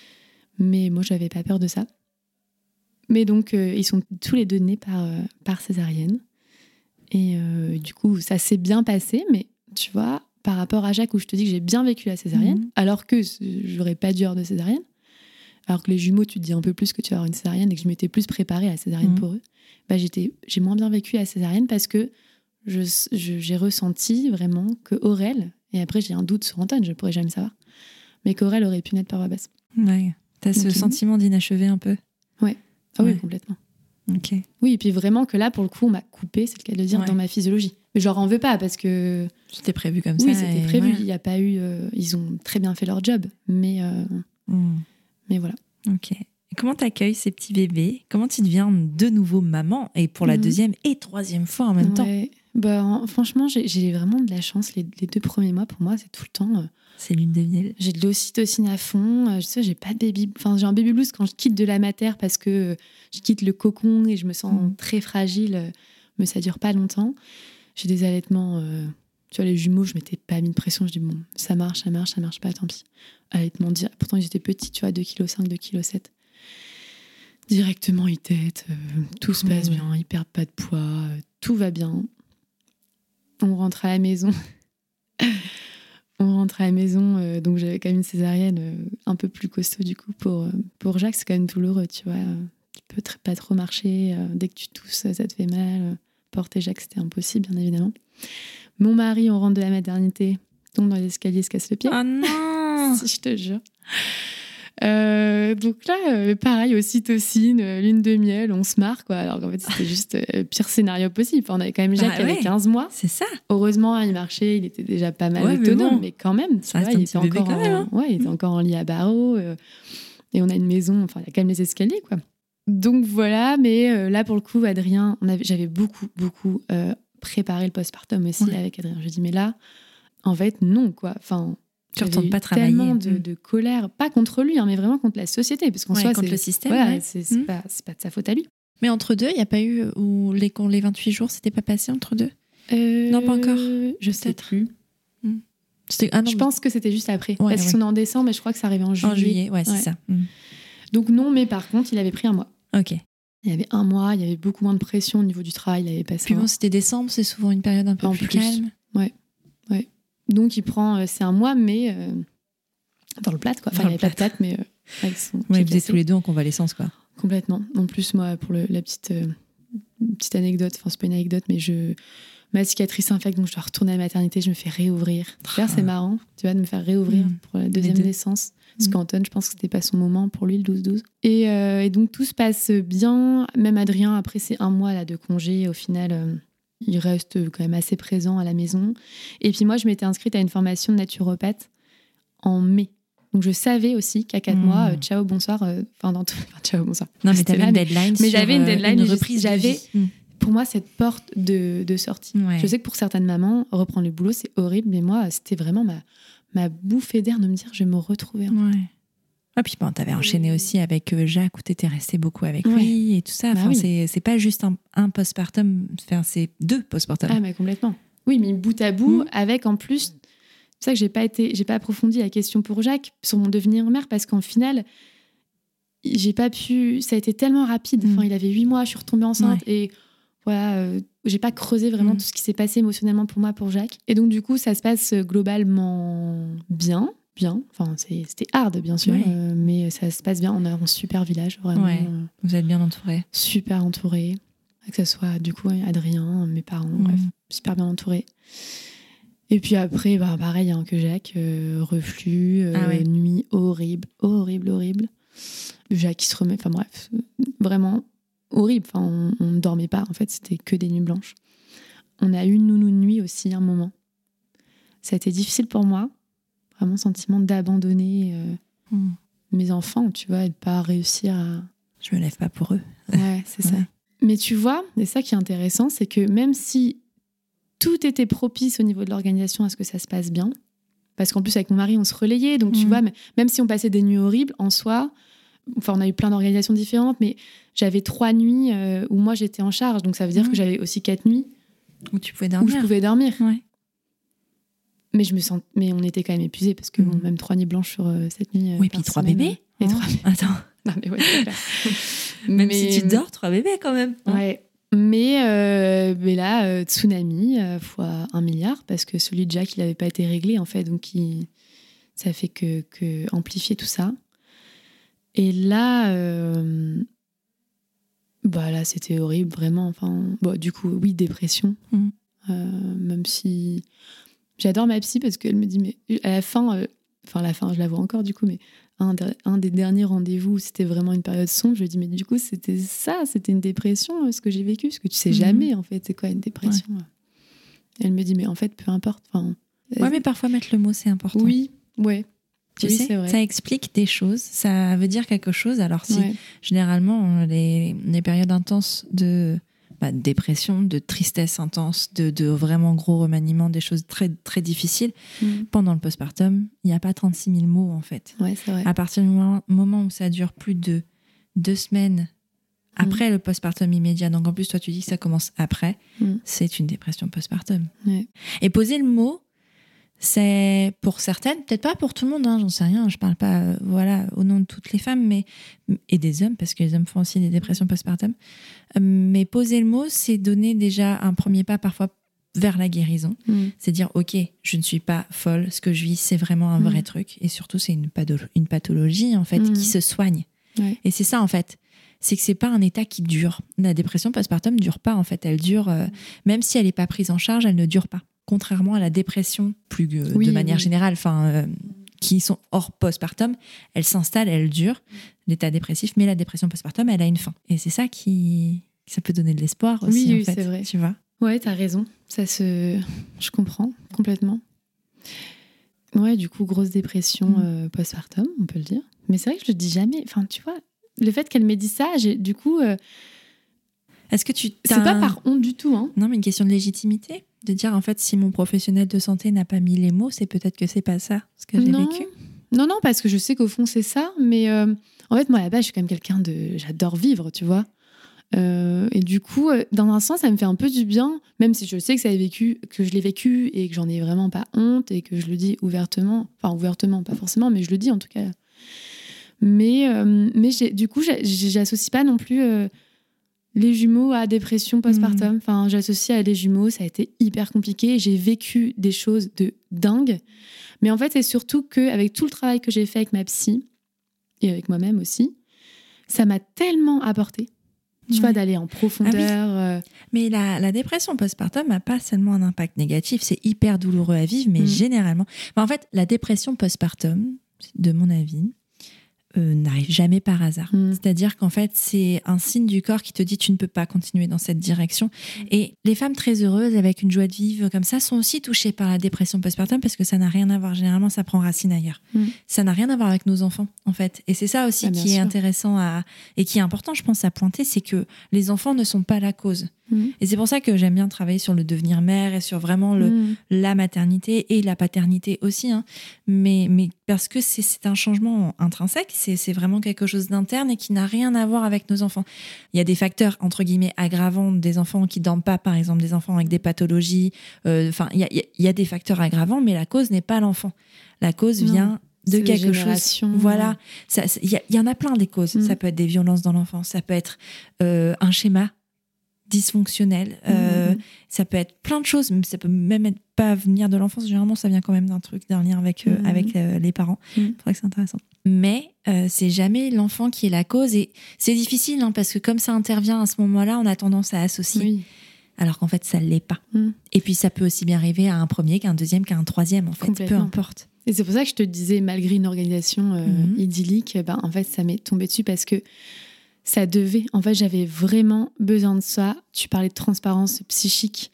mais moi, j'avais pas peur de ça. Mais donc, euh, ils sont tous les deux nés par, euh, par césarienne. Et euh, du coup, ça s'est bien passé, mais tu vois, par rapport à Jacques, où je te dis que j'ai bien vécu la césarienne, mmh. alors que j'aurais pas dû avoir de césarienne, alors que les jumeaux, tu te dis un peu plus que tu vas avoir une césarienne et que je m'étais plus préparée à la césarienne mmh. pour eux, bah j'étais, j'ai moins bien vécu la césarienne parce que je, je, j'ai ressenti vraiment que Aurel, et après j'ai un doute sur Antoine, je pourrais jamais savoir, mais qu'Aurel aurait pu naître par voie basse. Ouais, t'as ce Donc, sentiment d'inachevé un peu. Ouais, ah ouais. oui, complètement. Ok. Oui, et puis vraiment que là, pour le coup, on m'a coupé, c'est le cas de le dire, ouais. dans ma physiologie. Mais je leur en veux pas parce que... C'était prévu comme oui, ça. Oui, c'était prévu. Il y a pas eu... Euh, ils ont très bien fait leur job. Mais, euh, mm. mais voilà. Ok. Et comment t'accueilles ces petits bébés? Comment tu deviens de nouveau maman? Et pour la mm. deuxième et troisième fois en même ouais. temps bah, en, franchement, j'ai, j'ai vraiment de la chance. Les, les deux premiers mois, pour moi, c'est tout le temps... Euh, c'est lune de miel. J'ai de l'ocytocine à fond. Je sais, j'ai pas de baby... Enfin, j'ai un baby blues quand je quitte de la mater parce que je quitte le cocon et je me sens mm. très fragile. Mais ça dure pas longtemps. J'ai des allaitements... Euh... Tu vois, les jumeaux, je m'étais pas mis de pression. Je dis, bon, ça marche, ça marche, ça marche pas, tant pis. Allaitement, dire... Pourtant, ils étaient petits, tu vois, deux virgule cinq kilos, deux virgule sept kilos. Directement, ils têtent. Euh, tout se passe mmh. bien. Ils perdent pas de poids. Euh, tout va bien. On rentre à la maison. On rentre à la maison. Euh, donc, j'avais quand même une césarienne euh, un peu plus costaud, du coup, pour, euh, pour Jacques. C'est quand même douloureux, tu vois. Euh, tu peux t- pas trop marcher. Euh, dès que tu tousses, ça te fait mal. Euh, porter Jacques, c'était impossible, bien évidemment. Mon mari, on rentre de la maternité, tombe dans les escaliers, se casse le pied. Oh non. Si, je te jure. Euh, donc là, euh, pareil, ocytocine, euh, lune de miel, on se marre, quoi. Alors qu'en fait, c'était juste le euh, pire scénario possible. Enfin, on avait quand même Jacques qui bah, ouais. avait quinze mois. C'est ça. Heureusement, il marchait, il était déjà pas mal ouais, autonome, mais, bon, mais quand même, tu vois, il était, encore en, même, hein. ouais, il était mmh. encore en lit à barreaux. Euh, et on a une maison, enfin, il y a quand même les escaliers, quoi. Donc voilà, mais euh, là, pour le coup, Adrien, on avait, j'avais beaucoup, beaucoup euh, préparé le postpartum aussi ouais. avec Adrien. Je dis, mais là, en fait, non, quoi. Enfin, tu retournes pas travailler. Tellement de, de colère, pas contre lui, hein, mais vraiment contre la société, parce qu'en ouais, soi, contre c'est, le système. Voilà, ouais. c'est, c'est, mmh. pas, c'est pas de sa faute à lui. Mais entre deux, il n'y a pas eu où les, les vingt-huit jours, c'était pas passé entre deux euh, Non, pas encore. Je sais plus. Mmh. Ah non, je mais... pense que c'était juste après, ouais, parce qu'ils ouais. sont en décembre, mais je crois que ça arrivait en juillet. En juillet, ouais, c'est ouais. ça. Mmh. Donc non, mais par contre, il avait pris un mois. Ok. Il y avait un mois, il y avait beaucoup moins de pression au niveau du travail, il avait passé. Puis bon, c'était décembre, c'est souvent une période un peu en plus, plus calme. Ouais, ouais. Donc il prend, euh, c'est un mois, mais euh, dans le plat, quoi. Enfin, dans il n'y avait pas de plat, mais euh, avec son. Ouais, vous êtes tous les deux en convalescence, quoi. Complètement. En plus, moi, pour le, la petite euh, petite anecdote, enfin c'est pas une anecdote, mais je ma cicatrice infecte, donc je dois retourner à la maternité, je me fais réouvrir. Ah. C'est marrant, tu vois, de me faire réouvrir mmh. pour la deuxième naissance. Parce mmh. qu'Anton, je pense que c'était pas son moment pour lui, le douze douze. Et, euh, et donc, tout se passe bien. Même Adrien, après ces un mois là, de congé, au final, euh, il reste quand même assez présent à la maison. Et puis moi, je m'étais inscrite à une formation de naturopathe en mai. Donc, je savais aussi qu'à quatre mmh. mois, euh, ciao, bonsoir. Enfin, euh, dans tout... enfin, ciao, bonsoir. Non, mais t'avais une deadline. Mais, mais j'avais une deadline. Une reprise j'avais mmh. pour moi cette porte de, de sortie. Ouais. Je sais que pour certaines mamans, reprendre le boulot, c'est horrible, mais moi, c'était vraiment ma, ma bouffée d'air de me dire, je vais me retrouver. Ouais. Ah, puis bon, t'avais enchaîné aussi avec euh, Jacques, où t'étais restée beaucoup avec Ouais. lui et tout ça. Bah Enfin, oui. c'est, c'est pas juste un, un postpartum, enfin, c'est deux postpartums. Ah, mais complètement. Oui, mais bout à bout, Mmh. avec en plus, c'est ça que j'ai pas été, j'ai pas approfondi la question pour Jacques sur mon devenir mère, parce qu'en final, j'ai pas pu, ça a été tellement rapide. Mmh. Enfin, il avait huit mois, je suis retombée enceinte et voilà, euh, j'ai pas creusé vraiment Mmh. tout ce qui s'est passé émotionnellement pour moi, pour Jacques. Et donc, du coup, ça se passe globalement bien. Bien, enfin c'est, c'était hard bien sûr, Ouais. euh, mais ça se passe bien. On a un super village, vraiment Ouais. euh, Vous êtes bien entourés. super entouré, que ce soit du coup Adrien, mes parents, Mmh. bref, super bien entouré. Et puis après, bah, pareil hein, que Jacques, euh, reflux, euh, Ah ouais. nuit horrible, horrible, horrible. Jacques qui se remet, enfin bref, euh, vraiment horrible. Enfin, on, on ne dormait pas, en fait, c'était que des nuits blanches. On a eu une nounou de nuit aussi, un moment. Ça a été difficile pour moi, vraiment sentiment d'abandonner euh, Mmh. mes enfants, tu vois, et de pas réussir à... Je me lève pas pour eux. Ouais, c'est ça. Ouais. Mais tu vois, et ça qui est intéressant, c'est que même si tout était propice au niveau de l'organisation à ce que ça se passe bien, parce qu'en plus avec mon mari on se relayait, donc tu Mm. vois, mais- même si on passait des nuits horribles en soi, enfin on a eu plein d'organisations différentes, mais j'avais trois nuits euh, où moi j'étais en charge, donc ça veut dire Mm. que j'avais aussi quatre nuits Où tu pouvais où dormir. je pouvais dormir. Ouais. Mais je me sens, mais on était quand même épuisés parce que Mm. bon, même trois nuits blanches sur euh, cette nuit. euh, Oui, par puis trois semaine, bébés. euh, et hein. trois. Attends. Non mais ouais, c'est clair. Même Mais- si tu dors, trois bébés quand même. hein. Ouais. Mais, euh, mais là, euh, tsunami euh, fois un milliard, parce que celui de Jack, il n'avait pas été réglé, en fait. Donc, il, ça fait que, que amplifier tout ça. Et là, euh, bah là, c'était horrible, vraiment. Enfin, bon, du coup, oui, dépression. Mm. Euh, même si j'adore ma psy, parce qu'elle me dit, mais à la fin, euh, enfin, à la fin, je la vois encore, du coup, mais un, de- un des derniers rendez-vous, c'était vraiment une période sombre. Je lui ai dit, mais du coup, c'était ça, c'était une dépression, euh, ce que j'ai vécu, parce que tu sais Mhm. jamais, en fait, c'est quoi une dépression. Elle me dit, mais en fait, peu importe. Enfin, Ouais, mais parfois mettre le mot, c'est important. oui, ouais. Tu oui, sais, c'est vrai. ça explique des choses, ça veut dire quelque chose. Alors si, Ouais. généralement, les, les périodes intenses de, bah, de dépression, de tristesse intense, de, de vraiment gros remaniements, des choses très, très difficiles, Mm. pendant le postpartum, il n'y a pas trente-six mille mots, en fait. Ouais, c'est vrai. À partir du moment, moment où ça dure plus de deux semaines après le postpartum immédiat, donc en plus, toi, tu dis que ça commence après, Mm. c'est une dépression postpartum. Ouais. Et poser le mot, c'est pour certaines, peut-être pas pour tout le monde, hein, j'en sais rien, je parle pas euh, voilà, au nom de toutes les femmes mais, et des hommes, parce que les hommes font aussi des dépressions postpartum. Euh, mais poser le mot, c'est donner déjà un premier pas parfois vers la guérison. Mm. C'est dire, ok, je ne suis pas folle, ce que je vis, c'est vraiment un vrai Mm. truc. Et surtout, c'est une, patho- une pathologie, en fait, Mm. qui se soigne. Ouais. Et c'est ça, en fait. C'est que c'est pas un état qui dure. La dépression postpartum ne dure pas, en fait. Elle dure, euh, même si elle n'est pas prise en charge, elle ne dure pas. Contrairement à la dépression, plus euh, Oui, de manière oui. générale, enfin, euh, qui sont hors postpartum, elle s'installe, elle dure, l'état dépressif, mais la dépression postpartum, elle a une fin. Et c'est ça qui, ça peut donner de l'espoir aussi, Oui, en oui, fait. c'est vrai. Tu vois. Ouais, t'as raison. Ça se... Je comprends complètement. Ouais, du coup, grosse dépression Mm. euh, postpartum, on peut le dire. Mais c'est vrai que je le dis jamais. Enfin, tu vois, le fait qu'elle m'ait dit ça, j'ai... du coup, euh, Est-ce que tu c'est t'as pas un- par honte du tout. Hein. Non, mais une question de légitimité. De dire, en fait, si mon professionnel de santé n'a pas mis les mots, c'est peut-être que c'est pas ça, ce que j'ai non. vécu. Non, non, parce que je sais qu'au fond, c'est ça. Mais euh, en fait, moi, là-bas, je suis quand même quelqu'un de... J'adore vivre, tu vois. Euh, et du coup, euh, dans un sens, ça me fait un peu du bien, même si je sais que ça a vécu, que je l'ai vécu et que j'en ai vraiment pas honte et que je le dis ouvertement. Enfin, ouvertement, pas forcément, mais je le dis en tout cas. Mais, euh, mais j'ai- du coup, j'ai- j'associe pas non plus euh, les jumeaux à dépression postpartum. Enfin, j'associe à les jumeaux, ça a été hyper compliqué. J'ai vécu des choses de dingue. Mais en fait, c'est surtout qu'avec tout le travail que j'ai fait avec ma psy et avec moi-même aussi, ça m'a tellement apporté. Tu Ouais. vois, d'aller en profondeur. euh, Mais la, la dépression postpartum n'a pas seulement un impact négatif, c'est hyper douloureux à vivre, mais Mm. généralement... Enfin, en fait, la dépression postpartum, de mon avis, euh, n'arrive jamais par hasard. Mm. C'est-à-dire qu'en fait, c'est un signe du corps qui te dit tu ne peux pas continuer dans cette direction. Et les femmes très heureuses, avec une joie de vivre comme ça, sont aussi touchées par la dépression postpartum parce que ça n'a rien à voir. Généralement, ça prend racine ailleurs. Mm. Ça n'a rien à voir avec nos enfants, en fait. Et c'est ça aussi Ah, bien qui est sûr. intéressant à, et qui est important, je pense, à pointer, c'est que les enfants ne sont pas la cause. Mmh. Et c'est pour ça que j'aime bien travailler sur le devenir mère et sur vraiment le, mmh. la maternité et la paternité aussi. Hein. Mais, mais parce que c'est, c'est un changement intrinsèque, c'est, c'est vraiment quelque chose d'interne et qui n'a rien à voir avec nos enfants. Il y a des facteurs, entre guillemets, aggravants des enfants qui ne dorment pas, par exemple, des enfants avec des pathologies. Enfin, euh, il y a, il y a des facteurs aggravants, mais la cause n'est pas l'enfant. La cause non. vient... de c'est quelque chose. Voilà. Il y, y en a plein des causes. Mmh. Ça peut être des violences dans l'enfance, ça peut être euh, un schéma dysfonctionnel, euh, mmh. ça peut être plein de choses, mais ça peut même être, pas venir de l'enfance. Généralement, ça vient quand même d'un truc, d'un lien avec, euh, mmh. avec euh, les parents. Mmh. C'est vrai que c'est intéressant. Mais euh, c'est jamais l'enfant qui est la cause. Et c'est difficile, hein, parce que comme ça intervient à ce moment-là, on a tendance à associer. Oui. Alors qu'en fait, ça ne l'est pas. Mmh. Et puis, ça peut aussi bien arriver à un premier, qu'à un deuxième, qu'à un troisième, en fait. Peu importe. Et c'est pour ça que je te disais, malgré une organisation euh, mmh. idyllique, ben, en fait, ça m'est tombé dessus parce que ça devait. En fait, j'avais vraiment besoin de ça. Tu parlais de transparence psychique.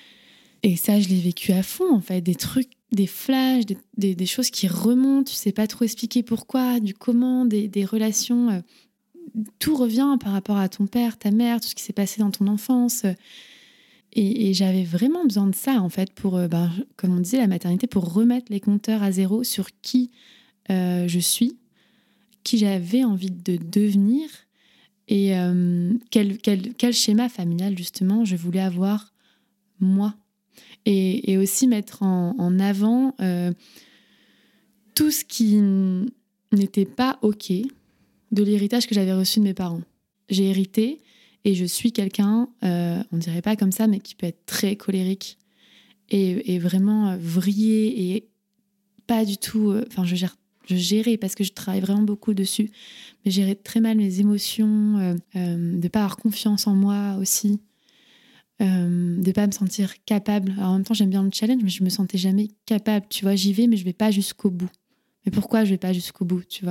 Et ça, je l'ai vécu à fond, en fait. Des trucs, des flashs, des, des, des choses qui remontent. Tu sais pas trop expliquer pourquoi, du comment, des, des relations. Euh, tout revient par rapport à ton père, ta mère, tout ce qui s'est passé dans ton enfance. Et, et j'avais vraiment besoin de ça, en fait, pour, euh, ben, comme on disait, la maternité, pour remettre les compteurs à zéro sur qui euh, je suis, qui j'avais envie de devenir et euh, quel, quel, quel schéma familial, justement, je voulais avoir, moi. Et, et aussi mettre en, en avant euh, tout ce qui n'était pas OK de l'héritage que j'avais reçu de mes parents. J'ai hérité... Et je suis quelqu'un, euh, on dirait pas comme ça, mais qui peut être très colérique et, et vraiment euh, vrillé et pas du tout... Enfin, euh, je, gère, je gérais parce que je travaille vraiment beaucoup dessus, mais gérer très mal mes émotions, euh, euh, de pas avoir confiance en moi aussi, euh, de pas me sentir capable. Alors, en même temps, j'aime bien le challenge, mais je me sentais jamais capable. Tu vois, j'y vais, mais je vais pas jusqu'au bout. Mais pourquoi je vais pas jusqu'au bout, tu vois ?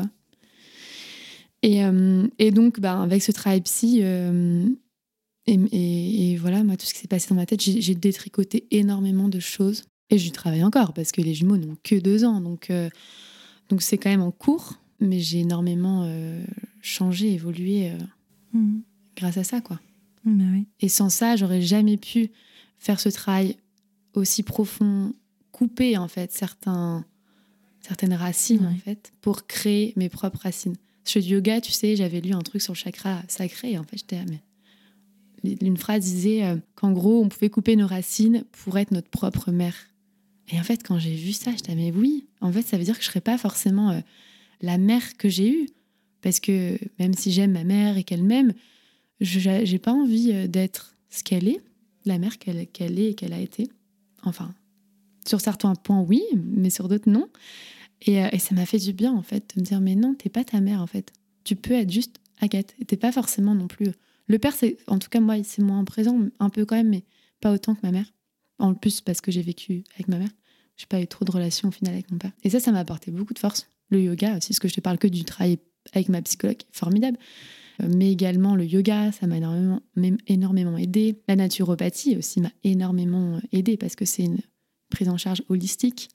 Et, euh, et donc, bah, avec ce travail psy, euh, et, et, et voilà, moi, tout ce qui s'est passé dans ma tête, j'ai, j'ai détricoté énormément de choses. Et je travaille encore, parce que les jumeaux n'ont que deux ans. Donc, euh, donc c'est quand même en cours. Mais j'ai énormément euh, changé, évolué euh, mmh. grâce à ça, quoi. Mmh, bah oui. Et sans ça, j'aurais jamais pu faire ce travail aussi profond, couper, en fait, certains, certaines racines, mmh. en fait, pour créer mes propres racines. Je fais du yoga, tu sais, j'avais lu un truc sur le chakra sacré, et en fait, j'étais... Ah, mais... Une phrase disait euh, qu'en gros, on pouvait couper nos racines pour être notre propre mère. Et en fait, quand j'ai vu ça, j'étais, mais oui, en fait, ça veut dire que je ne serais pas forcément euh, la mère que j'ai eue. Parce que même si j'aime ma mère et qu'elle m'aime, je n'ai pas envie euh, d'être ce qu'elle est, la mère qu'elle, qu'elle est et qu'elle a été. Enfin, sur certains points, oui, mais sur d'autres, non. Et, euh, et ça m'a fait du bien, en fait, de me dire, mais non, t'es pas ta mère, en fait. Tu peux être juste Agathe. Et t'es pas forcément non plus... Le père, c'est, en tout cas, moi, c'est moins présent, un peu quand même, mais pas autant que ma mère. En plus, parce que j'ai vécu avec ma mère. Je n'ai pas eu trop de relations, au final, avec mon père. Et ça, ça m'a apporté beaucoup de force. Le yoga aussi, parce que je te parle que du travail avec ma psychologue, formidable. Euh, mais également, le yoga, ça m'a énormément, même énormément aidé. La naturopathie aussi m'a énormément aidé, parce que c'est une prise en charge holistique.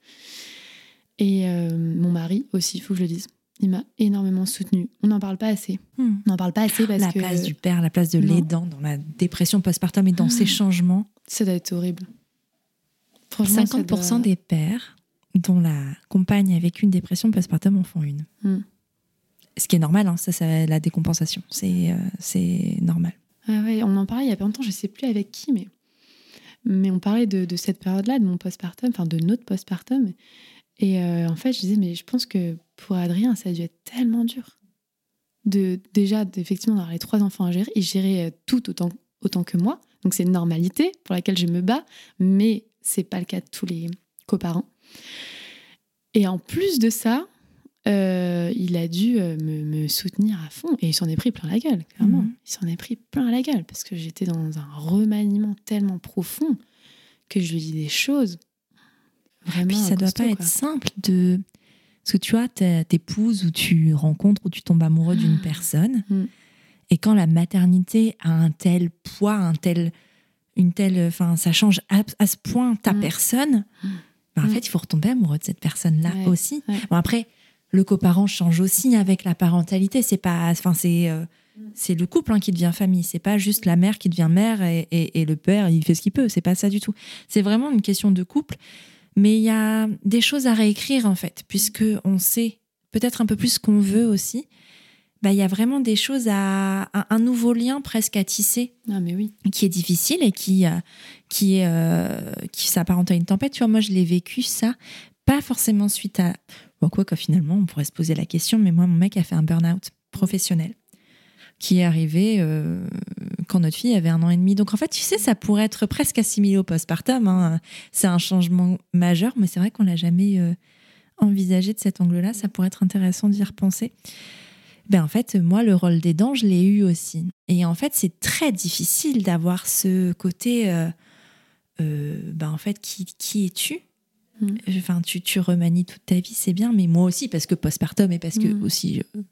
Et euh, mon mari aussi, il faut que je le dise. Il m'a énormément soutenue. On n'en parle pas assez. Hmm. On n'en parle pas assez parce la que... La place du père, la place de non. l'aidant dans la dépression postpartum et dans hmm. ces changements. Ça doit être horrible. Franchement, cinquante pour cent doit... des pères dont la compagne a vécu une dépression postpartum en font une. Hmm. Ce qui est normal, hein, ça, c'est la décompensation. C'est, euh, c'est normal. Ah ouais, on en parlait il y a pas longtemps, je ne sais plus avec qui, mais, mais on parlait de, de cette période-là, de mon postpartum, enfin de notre postpartum. Et euh, en fait, je disais, mais je pense que pour Adrien, ça a dû être tellement dur. De, déjà, effectivement, d'avoir les trois enfants à gérer. Il gérait tout autant, autant que moi. Donc, c'est une normalité pour laquelle je me bats. Mais ce n'est pas le cas de tous les coparents. Et en plus de ça, euh, il a dû me, me soutenir à fond. Et il s'en est pris plein la gueule, clairement. Mmh. Il s'en est pris plein la gueule. Parce que j'étais dans un remaniement tellement profond que je lui dis des choses... Vraiment puis ça ne doit pas quoi. Être simple de... Parce que tu vois, t'épouses ou tu rencontres ou tu tombes amoureux d'une personne mmh. et quand la maternité a un tel poids, un tel, une telle, enfin, ça change à, à ce point ta mmh. personne, mmh. Ben, en fait, il faut retomber amoureux de cette personne-là ouais, aussi. Ouais. Bon, après, le coparent change aussi avec la parentalité. C'est pas... Enfin, c'est... Euh, C'est le couple hein, qui devient famille. C'est pas juste la mère qui devient mère et, et, et le père, il fait ce qu'il peut. C'est pas ça du tout. C'est vraiment une question de couple. Mais il y a des choses à réécrire, en fait, puisqu'on sait peut-être un peu plus ce qu'on veut aussi. Bah, il y a vraiment des choses à, à un nouveau lien presque à tisser. Ah, mais oui. Qui est difficile et qui, euh, qui, est, euh, qui s'apparente à une tempête. Tu vois, moi, je l'ai vécu, ça. Pas forcément suite à... Bon, quoi que finalement, on pourrait se poser la question, mais moi, mon mec a fait un burn-out professionnel qui est arrivé euh, quand notre fille avait un an et demi. Donc, en fait, tu sais, ça pourrait être presque assimilé au postpartum. Hein. C'est un changement majeur, mais c'est vrai qu'on ne l'a jamais euh, envisagé de cet angle-là. Ça pourrait être intéressant d'y repenser. Ben, en fait, moi, le rôle d'aidant, je l'ai eu aussi. Et en fait, c'est très difficile d'avoir ce côté... Euh, euh, ben, en fait, qui, qui es-tu ? Mmh. Enfin, tu, tu remanies toute ta vie, c'est bien, mais moi aussi, parce que postpartum et parce que mmh. aussi... Euh,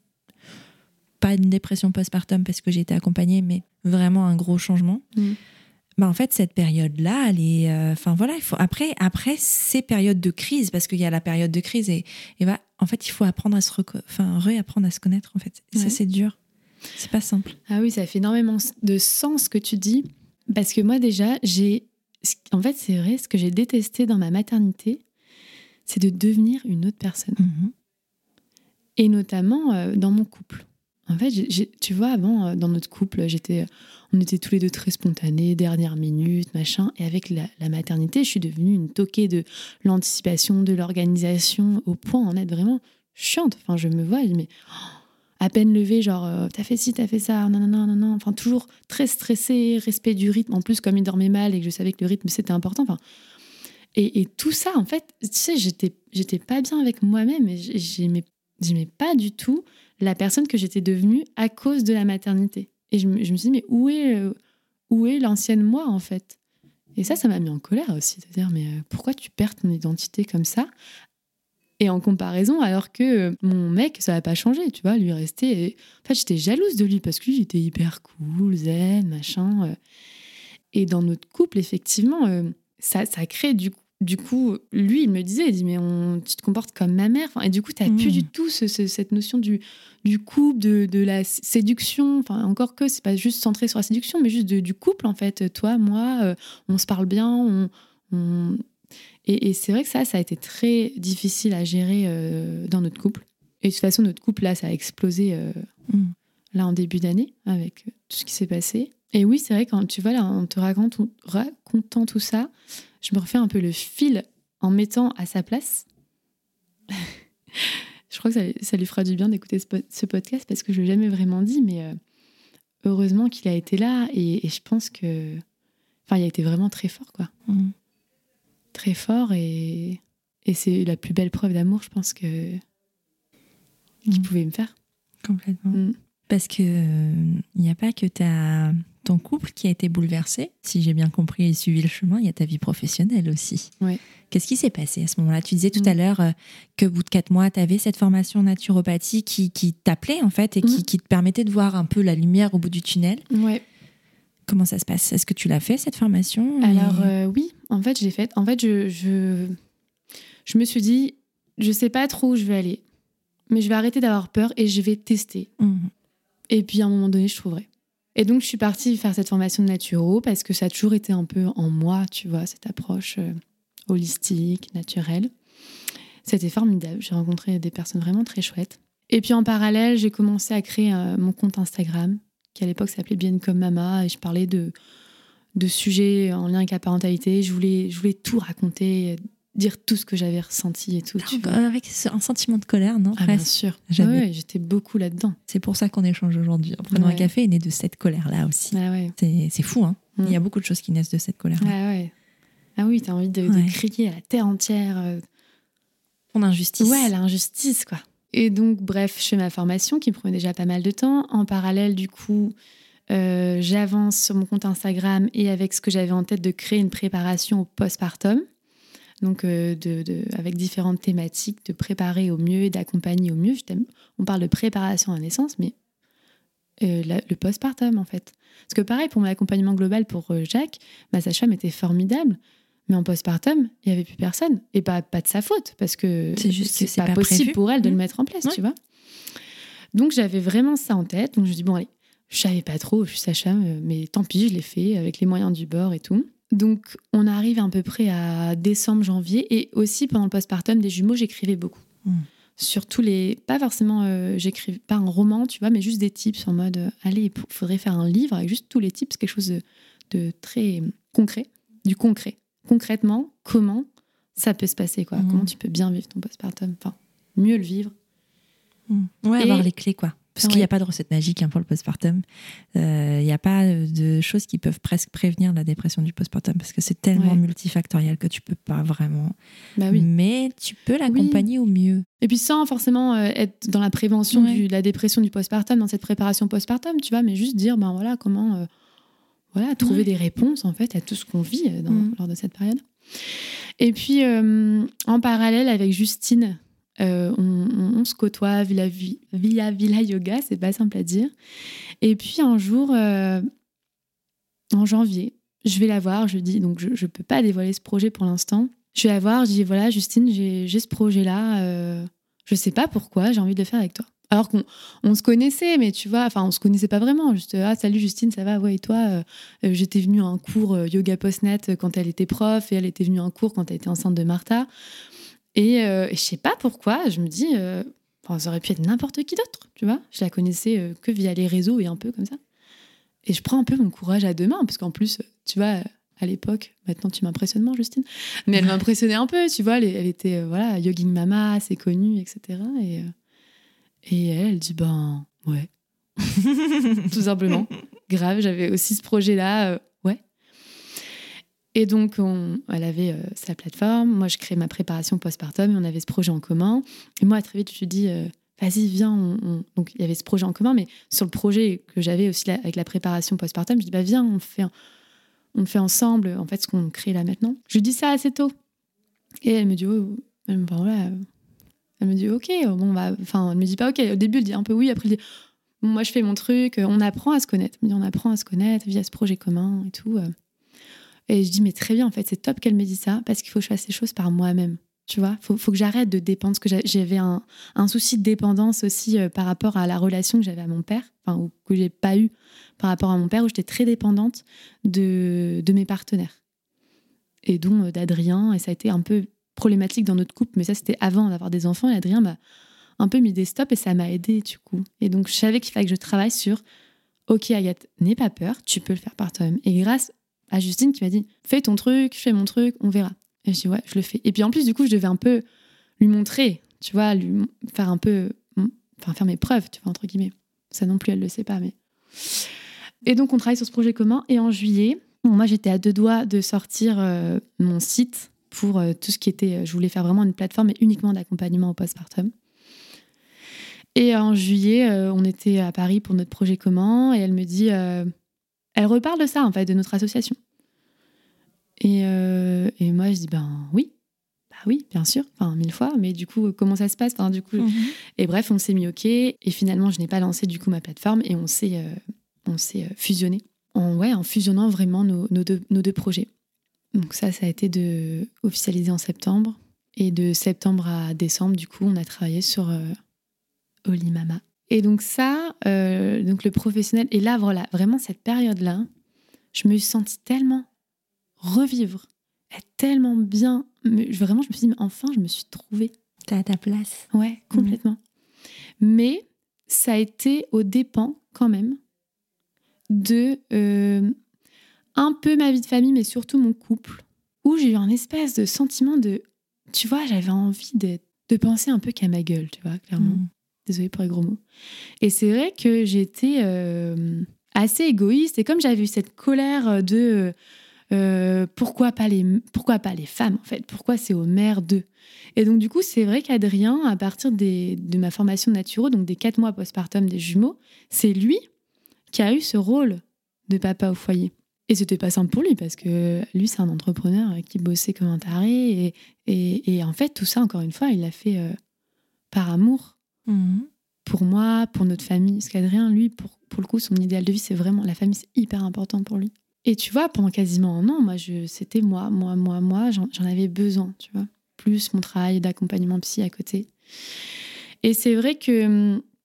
pas une dépression postpartum parce que j'ai été accompagnée, mais vraiment un gros changement. Mmh. Bah en fait, cette période-là, elle est... Enfin, euh, voilà, il faut... Après, après, ces périodes de crise, parce qu'il y a la période de crise, et, et bah, en fait, il faut apprendre à se... Reco... Enfin, réapprendre à se connaître, en fait. Et ouais. Ça, c'est dur. C'est pas simple. Ah oui, ça fait énormément de sens ce que tu dis. Parce que moi, déjà, j'ai... En fait, c'est vrai, ce que j'ai détesté dans ma maternité, c'est de devenir une autre personne. Mmh. Et notamment euh, dans mon couple. En fait, j'ai, j'ai, tu vois, avant, dans notre couple, j'étais, on était tous les deux très spontanés, dernière minute, machin. Et avec la, la maternité, je suis devenue une toquée de l'anticipation, de l'organisation, au point en être vraiment chiante. Enfin, je me vois, je dis, mais oh, à peine levée, genre, euh, t'as fait ci, t'as fait ça, non, non, non, non, non. Enfin, toujours très stressée, respect du rythme. En plus, comme il dormait mal et que je savais que le rythme, c'était important. Enfin, et, et tout ça, en fait, tu sais, j'étais, j'étais pas bien avec moi-même et j'aimais, j'aimais pas du tout la personne que j'étais devenue à cause de la maternité. Et je me, je me suis dit, mais où est, euh, où est l'ancienne moi, en fait ? Et ça, ça m'a mis en colère aussi. C'est-à-dire, mais euh, pourquoi tu perds ton identité comme ça ? Et en comparaison, alors que euh, mon mec, ça n'a pas changé, tu vois, lui restait... Et... En fait, j'étais jalouse de lui parce que lui, il était hyper cool, zen, machin. Euh... Et dans notre couple, effectivement, euh, ça, ça crée du coup... Du coup, lui, il me disait, il dit, mais on, tu te comportes comme ma mère. Enfin, et du coup, tu n'as mmh. plus du tout ce, ce, cette notion du, du couple, de, de la séduction. Enfin, encore que, c'est pas juste centré sur la séduction, mais juste de, du couple, en fait. Toi, moi, euh, on se parle bien. On, on... Et, et c'est vrai que ça, ça a été très difficile à gérer euh, dans notre couple. Et de toute façon, notre couple, là, ça a explosé euh, mmh. là, en début d'année, avec tout ce qui s'est passé. Et oui, c'est vrai, quand tu vois, là, en te racontant, racontant tout ça, je me refais un peu le fil en mettant à sa place. Je crois que ça, ça lui fera du bien d'écouter ce, ce podcast parce que je ne l'ai jamais vraiment dit, mais euh, heureusement qu'il a été là et, et je pense que... Enfin, il a été vraiment très fort, quoi. Mmh. Très fort et, et c'est la plus belle preuve d'amour, je pense, que, qu'il mmh. pouvait me faire. Complètement. Mmh. Parce qu'il n'y euh, a pas que ta... ton couple qui a été bouleversé, si j'ai bien compris et suivi le chemin, il y a ta vie professionnelle aussi. Ouais. Qu'est-ce qui s'est passé à ce moment-là ? Tu disais tout mmh. à l'heure euh, qu'au bout de quatre mois, tu avais cette formation en naturopathie qui, qui t'appelait en fait et mmh. qui, qui te permettait de voir un peu la lumière au bout du tunnel. Ouais. Comment ça se passe ? Est-ce que tu l'as fait, cette formation ? Alors et... euh, oui, en fait, je l'ai faite. En fait, je, je, je me suis dit, je ne sais pas trop où je vais aller, mais je vais arrêter d'avoir peur et je vais tester. Mmh. Et puis, à un moment donné, je trouverai. Et donc, je suis partie faire cette formation de naturo parce que ça a toujours été un peu en moi, tu vois, cette approche euh, holistique, naturelle. C'était formidable. J'ai rencontré des personnes vraiment très chouettes. Et puis, en parallèle, j'ai commencé à créer euh, mon compte Instagram, qui à l'époque s'appelait Bien comme Mama. Et je parlais de, de sujets en lien avec la parentalité. Je voulais, je voulais tout raconter, dire tout ce que j'avais ressenti et tout. Tu vois. Avec un sentiment de colère, non ? Ah, bien sûr. J'avais... Ouais, j'étais beaucoup là-dedans. C'est pour ça qu'on échange aujourd'hui. En prenant ouais. un café, est né de cette colère-là aussi. Ah ouais. c'est, c'est fou, hein. Mm. Il y a beaucoup de choses qui naissent de cette colère-là. Ah, ouais. Ah oui, t'as envie de, ouais. de crier à la terre entière. Euh... Ton injustice. Ouais, l'injustice, quoi. Et donc, bref, je fais ma formation qui me prenait déjà pas mal de temps. En parallèle, du coup, euh, j'avance sur mon compte Instagram et avec ce que j'avais en tête de créer une préparation au postpartum. Donc, euh, de, de, avec différentes thématiques, de préparer au mieux et d'accompagner au mieux. On parle de préparation à la naissance, mais euh, la, le postpartum, en fait. Parce que pareil, pour mon accompagnement global pour euh, Jacques, ma sage-femme était formidable, mais en postpartum, il n'y avait plus personne. Et pas, pas de sa faute, parce que c'est, juste c'est que c'est pas, pas possible prévu. pour elle de mmh. le mettre en place, ouais. tu vois. Donc, j'avais vraiment ça en tête. Donc, je me dis, bon, allez, Je savais pas trop, je suis sage-femme, mais tant pis, je l'ai fait avec les moyens du bord et tout. Donc, on arrive à peu près à décembre, janvier. Et aussi, pendant le postpartum des jumeaux, j'écrivais beaucoup. Mmh. Sur tous les... Pas forcément... Euh, j'écrivais pas un roman, tu vois, mais juste des tips en mode... Euh, allez, il faudrait faire un livre avec juste tous les tips, quelque chose de, de très concret. Du concret. Concrètement, comment ça peut se passer, quoi. Mmh. Comment tu peux bien vivre ton postpartum. Enfin, mieux le vivre. Mmh. Ouais, et... avoir les clés, quoi. Parce ouais. qu'il n'y a pas de recette magique hein, pour le postpartum. Il euh, n'y a pas de choses qui peuvent presque prévenir la dépression du postpartum parce que c'est tellement ouais. multifactoriel que tu ne peux pas vraiment. Bah oui. Mais tu peux l'accompagner oui. au mieux. Et puis sans forcément euh, être dans la prévention ouais. du, de la dépression du postpartum, dans cette préparation postpartum, tu vois, mais juste dire ben voilà, comment euh, voilà, trouver ouais. des réponses en fait, à tout ce qu'on vit dans, mmh. lors de cette période. Et puis, euh, en parallèle avec Justine, Euh, on, on, on se côtoie via, via Villa Yoga, c'est pas simple à dire. Et puis un jour, euh, en janvier, je vais la voir, je dis, donc je, je peux pas dévoiler ce projet pour l'instant. Je vais la voir, je dis, voilà Justine, j'ai, j'ai ce projet-là, euh, je sais pas pourquoi, j'ai envie de le faire avec toi. Alors qu'on on se connaissait, mais tu vois, enfin on se connaissait pas vraiment. Juste, ah salut Justine, ça va, ouais, et toi euh, euh, j'étais venue à un cours euh, yoga post-nat quand elle était prof, et elle était venue à un cours quand elle était enceinte de Martha. Et, euh, et je sais pas pourquoi, je me dis, euh, ça aurait pu être n'importe qui d'autre, tu vois. Je la connaissais euh, que via les réseaux et un peu comme ça. Et je prends un peu mon courage à deux mains, parce qu'en plus, tu vois, à l'époque, maintenant tu m'impressionnes moins, Justine, mais elle m'impressionnait un peu, tu vois. Elle, elle était, euh, voilà, yogin mama, assez connue, et cetera. Et, euh, et elle, elle dit, ben, ouais. Tout simplement. Grave, j'avais aussi ce projet-là, euh, ouais. Et donc, on, elle avait euh, sa plateforme. Moi, je créais ma préparation postpartum et on avait ce projet en commun. Et moi, très vite, je me dis, euh, vas-y, viens. On, on... Donc, il y avait ce projet en commun, mais sur le projet que j'avais aussi là, avec la préparation postpartum, je dis, bah, viens, on fait, un... on fait ensemble, en fait, ce qu'on crée là maintenant. Je lui dis ça assez tôt. Et elle me dit, oh, elle me, voilà. Elle me dit, ok, bon, bah, enfin, elle me dit pas ok. Au début, elle dit un peu oui. Après, elle dit, bon, moi, je fais mon truc. On apprend à se connaître. Elle me dit, on apprend à se connaître via ce projet commun et tout. Et je dis, mais très bien, en fait, c'est top qu'elle me dise ça, parce qu'il faut que je fasse les choses par moi-même. Tu vois, il faut, faut que j'arrête de dépendre. Parce que j'avais un, un souci de dépendance aussi euh, par rapport à la relation que j'avais à mon père, enfin, ou que je n'ai pas eu par rapport à mon père, où j'étais très dépendante de, de mes partenaires, et dont euh, d'Adrien. Et ça a été un peu problématique dans notre couple, mais ça, c'était avant d'avoir des enfants. Et Adrien m'a un peu mis des stops et ça m'a aidée, du coup. Et donc, je savais qu'il fallait que je travaille sur, ok, Agathe, n'aie pas peur, tu peux le faire par toi-même. Et grâce à Justine qui m'a dit, fais ton truc, je fais mon truc, on verra. Et je dis, ouais, je le fais. Et puis en plus, du coup, je devais un peu lui montrer, tu vois, lui faire un peu, enfin, faire mes preuves, tu vois, entre guillemets. Ça non plus, elle le sait pas, mais. Et donc, on travaille sur ce projet commun. Et en juillet, bon, moi, j'étais à deux doigts de sortir euh, mon site pour euh, tout ce qui était. Je voulais faire vraiment une plateforme et uniquement d'accompagnement au postpartum. Et en juillet, euh, on était à Paris pour notre projet commun. Et elle me dit. Euh, Elle reparle de ça, en fait, de notre association. Et, euh, et moi, je dis, ben oui, bah oui, bien sûr, enfin, mille fois, mais du coup, comment ça se passe enfin, du coup, mm-hmm. Et bref, on s'est mis OK, et finalement, je n'ai pas lancé, du coup, ma plateforme, et on s'est, euh, on s'est euh, fusionné, en, ouais, en fusionnant vraiment nos, nos, deux, nos deux projets. Donc ça, ça a été de officialisé en septembre, et de septembre à décembre, du coup, on a travaillé sur euh, Holy Mama. Et donc ça, euh, donc le professionnel, et là, voilà, vraiment cette période-là, je me suis sentie tellement revivre, être tellement bien. Mais vraiment, je me suis dit, mais enfin, je me suis trouvée. T'es à ta place. Ouais, complètement. Mmh. Mais ça a été aux dépens, quand même, de euh, un peu ma vie de famille, mais surtout mon couple, où j'ai eu un espèce de sentiment de... Tu vois, j'avais envie de, de penser un peu qu'à ma gueule, tu vois, clairement. Mmh. Désolée pour les gros mots. Et c'est vrai que j'étais euh, assez égoïste. Et comme j'avais eu cette colère de euh, pourquoi pas les, pourquoi pas les femmes, en fait, pourquoi c'est aux mères d'eux. Et donc, du coup, c'est vrai qu'Adrien, à partir des, de ma formation de naturo, donc des quatre mois postpartum des jumeaux, c'est lui qui a eu ce rôle de papa au foyer. Et c'était pas simple pour lui, parce que lui, c'est un entrepreneur qui bossait comme un taré. Et, et, et en fait, tout ça, encore une fois, il l'a fait euh, par amour. Mmh. Pour moi, pour notre famille. Parce qu'Adrien, lui, pour, pour le coup, son idéal de vie, c'est vraiment... La famille, c'est hyper important pour lui. Et tu vois, pendant quasiment un an, moi, je, c'était moi, moi, moi, moi, j'en, j'en avais besoin, tu vois. Plus mon travail d'accompagnement psy à côté. Et c'est vrai que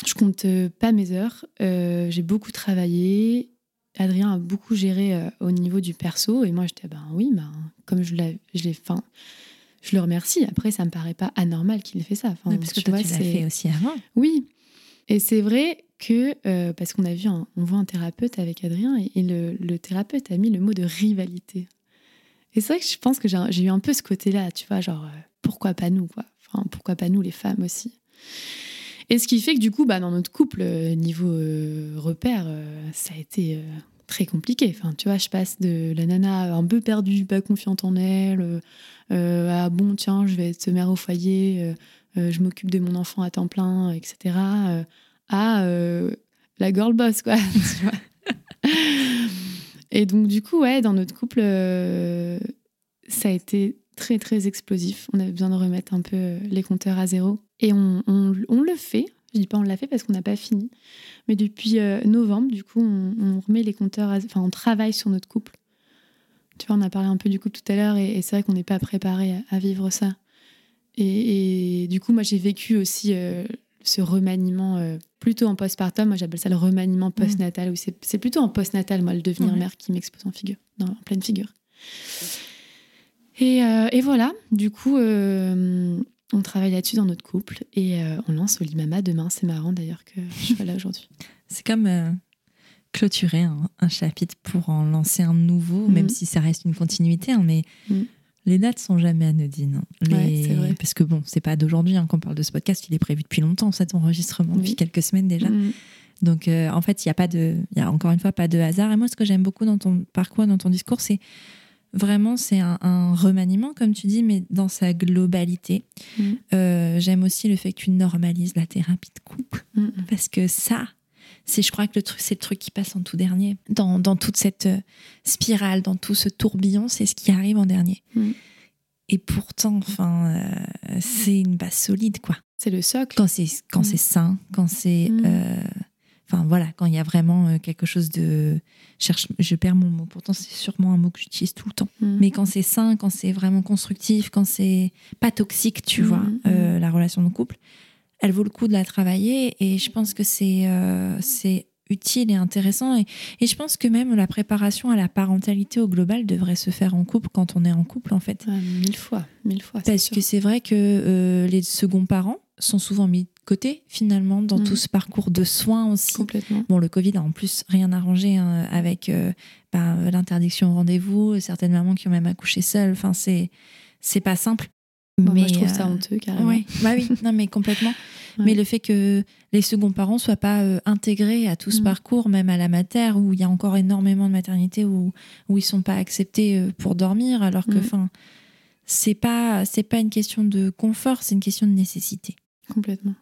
je compte pas mes heures. Euh, j'ai beaucoup travaillé. Adrien a beaucoup géré euh, au niveau du perso. Et moi, j'étais, ben oui, ben, comme je l'ai, je l'ai, fin, je le remercie. Après, ça me paraît pas anormal qu'il ait fait ça. Enfin, oui, parce que tu toi, vois, tu l'as c'est... fait aussi avant. Oui. Et c'est vrai que, euh, parce qu'on a vu, un, on voit un thérapeute avec Adrien, et, et le, le thérapeute a mis le mot de rivalité. Et c'est vrai que je pense que j'ai, j'ai eu un peu ce côté-là, tu vois, genre, euh, pourquoi pas nous, quoi. Enfin, pourquoi pas nous, les femmes aussi. Et ce qui fait que du coup, bah, dans notre couple, euh, niveau euh, repère, euh, ça a été euh, très compliqué. Enfin, tu vois, je passe de la nana un peu perdue, pas confiante en elle, euh, à bon, tiens, je vais être mère au foyer, euh, euh, je m'occupe de mon enfant à temps plein, et cetera, euh, à euh, la girl boss, quoi. Tu vois. Et donc, du coup, ouais, dans notre couple, euh, ça a été très, très explosif. On avait besoin de remettre un peu les compteurs à zéro. Et on, on, on le fait. Je dis pas on l'a fait parce qu'on n'a pas fini. Mais depuis euh, novembre, du coup, on, on remet les compteurs à... Enfin, on travaille sur notre couple. Tu vois, on a parlé un peu du couple tout à l'heure et, et c'est vrai qu'on n'est pas préparé à, à vivre ça. Et, et du coup, moi, j'ai vécu aussi euh, ce remaniement euh, plutôt en postpartum. Moi, j'appelle ça le remaniement postnatal. Mmh. Où c'est, c'est plutôt en postnatal, moi, le devenir mmh. mère qui m'expose en figure, non, en pleine figure. Et, euh, et voilà, du coup, euh, on travaille là-dessus dans notre couple et euh, on lance Oli Mama demain. C'est marrant d'ailleurs que je sois là aujourd'hui. C'est comme euh, clôturer un, un chapitre pour en lancer un nouveau, mmh. même si ça reste une continuité, hein, mais mmh. les dates sont jamais anodines. Hein. Les... Ouais, c'est vrai. Parce que bon, c'est pas d'aujourd'hui hein, qu'on parle de ce podcast, il est prévu depuis longtemps, cet enregistrement, oui. depuis quelques semaines déjà. Mmh. Donc euh, en fait, il y a pas de, il y a encore une fois pas de hasard. Et moi, ce que j'aime beaucoup dans ton parcours, dans ton discours, c'est vraiment, c'est un, un remaniement, comme tu dis, mais dans sa globalité. Mmh. Euh, j'aime aussi le fait que tu normalises la thérapie de couple. Mmh. Parce que ça, c'est, je crois que le truc, c'est le truc qui passe en tout dernier. Dans, dans toute cette spirale, dans tout ce tourbillon, c'est ce qui arrive en dernier. Mmh. Et pourtant, enfin, euh, c'est une base solide, quoi. C'est le socle. Quand c'est, quand mmh. c'est sain, quand c'est... Mmh. Euh, Enfin voilà, quand il y a vraiment quelque chose de... Cherche, je perds mon mot, pourtant c'est sûrement un mot que j'utilise tout le temps. Mmh. Mais quand c'est sain, quand c'est vraiment constructif, quand c'est pas toxique, tu mmh. vois, euh, la relation de couple, elle vaut le coup de la travailler et je pense que c'est, euh, c'est utile et intéressant. Et, et je pense que même la préparation à la parentalité au global devrait se faire en couple quand on est en couple en fait. Ouais, mille fois, mille fois. Parce que c'est vrai que euh, les seconds parents sont souvent mis de côté finalement dans mmh. tout ce parcours de soins aussi. Complètement. Bon, le Covid a en plus rien arrangé hein, avec euh, bah, l'interdiction au rendez-vous, certaines mamans qui ont même accouché seules. Enfin, c'est c'est pas simple. Bon, mais moi, je trouve euh, ça honteux carrément. Ouais, bah oui, non mais complètement. Ouais. Mais le fait que les seconds parents soient pas euh, intégrés à tout ce mmh. parcours, même à la mater où il y a encore énormément de maternités où où ils sont pas acceptés euh, pour dormir, alors que enfin. Mmh. C'est pas, c'est pas une question de confort, c'est une question de nécessité. Complètement.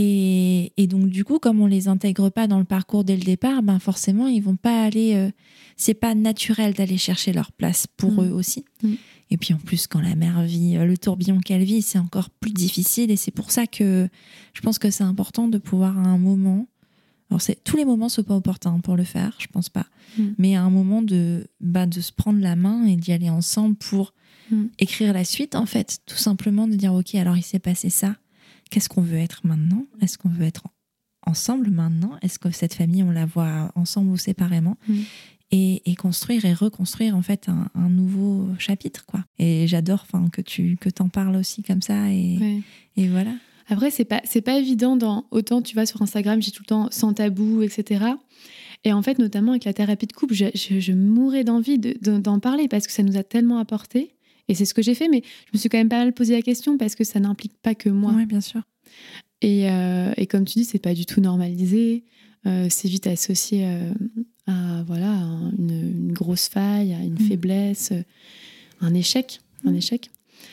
Et, et donc, du coup, comme on les intègre pas dans le parcours dès le départ, ben forcément, ils vont pas aller... Euh, c'est pas naturel d'aller chercher leur place pour mmh. eux aussi. Mmh. Et puis, en plus, quand la mère vit le tourbillon qu'elle vit, c'est encore plus difficile. Et c'est pour ça que je pense que c'est important de pouvoir, à un moment... Alors, c'est, tous les moments ne sont pas opportuns pour le faire, je pense pas. Mmh. Mais à un moment, de, bah, de se prendre la main et d'y aller ensemble pour... écrire la suite, en fait, tout simplement de dire ok, alors il s'est passé ça, qu'est-ce qu'on veut être maintenant, est-ce qu'on veut être ensemble maintenant, est-ce que cette famille on la voit ensemble ou séparément, mmh. et, et construire et reconstruire en fait un, un nouveau chapitre quoi. Et j'adore enfin que tu que t'en parles aussi comme ça et, ouais. et voilà. Après c'est pas c'est pas évident dans autant tu vas sur Instagram j'ai tout le temps sans tabou etc. Et en fait notamment avec la thérapie de couple je, je, je mourais d'envie de, de, d'en parler parce que ça nous a tellement apporté. Et c'est ce que j'ai fait, mais je me suis quand même pas mal posé la question parce que ça n'implique pas que moi. Oui, bien sûr. Et, euh, et comme tu dis, c'est pas du tout normalisé. Euh, c'est vite associé euh, à voilà, à une, une grosse faille, à une mmh. faiblesse, un échec, un échec.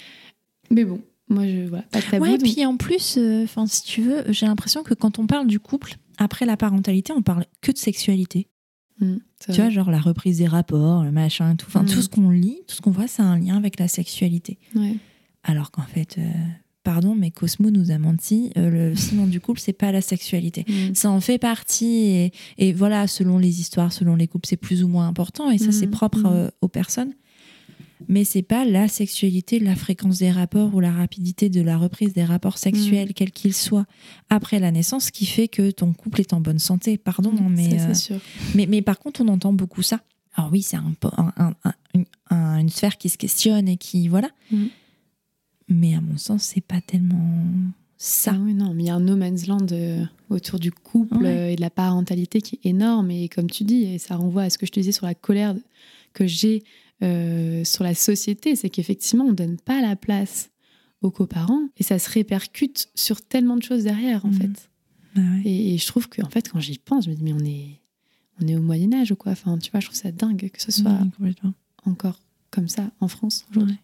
Mais bon, moi, je voilà, pas de tabou. Ouais, et donc... puis en plus, enfin, euh, si tu veux, j'ai l'impression que quand on parle du couple, après la parentalité, on parle que de sexualité. Mmh, tu vrai. vois, genre la reprise des rapports, le machin, tout. Enfin, mmh. tout ce qu'on lit, tout ce qu'on voit, ça a un lien avec la sexualité. Ouais. Alors qu'en fait, euh, pardon, mais Cosmo nous a menti. Euh, le ciment du couple, c'est pas la sexualité. Mmh. Ça en fait partie. Et, et voilà, selon les histoires, selon les couples, c'est plus ou moins important. Et ça, mmh. c'est propre euh, aux personnes. mais c'est pas la sexualité, la fréquence des rapports ou la rapidité de la reprise des rapports sexuels, mmh. quels qu'ils soient, après la naissance, qui fait que ton couple est en bonne santé. Pardon, mmh, mais, ça, c'est euh, sûr. mais mais par contre, on entend beaucoup ça. Alors oui, c'est un, un, un, un, une, un, une sphère qui se questionne et qui voilà. Mmh. Mais à mon sens, c'est pas tellement ça. Ah oui, non, mais il y a un no man's land euh, autour du couple ouais. euh, et de la parentalité qui est énorme. Et comme tu dis, et ça renvoie à ce que je te disais sur la colère que j'ai euh, sur la société, c'est qu'effectivement, on donne pas la place aux coparents et ça se répercute sur tellement de choses derrière, en mmh. fait. Bah ouais. et, et je trouve que, en fait, quand j'y pense, je me dis, mais on est, on est au Moyen-Âge ou quoi. Enfin, tu vois, je trouve ça dingue que ce soit oui, encore comme ça en France aujourd'hui.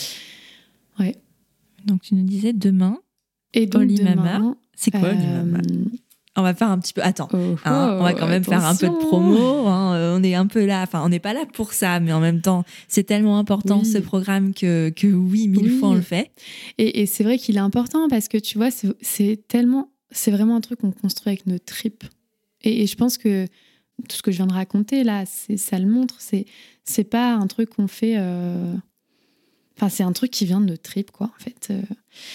Ouais. ouais. Donc, tu nous disais demain. Et donc, Oli demain, Mama. C'est quoi, euh... Oli Mama? On va faire un petit peu. Attends, oh, oh, hein, on va quand même attention. faire un peu de promo. Hein. On est un peu là. Enfin, on n'est pas là pour ça, mais en même temps, c'est tellement important oui. ce programme que, que oui, mille oui. fois on le fait. Et, et c'est vrai qu'il est important parce que tu vois, c'est, c'est tellement. C'est vraiment un truc qu'on construit avec nos tripes. Et, et je pense que tout ce que je viens de raconter là, c'est, ça le montre. C'est, c'est pas un truc qu'on fait. Euh... Enfin, c'est un truc qui vient de notre tripes, quoi, en fait. Euh...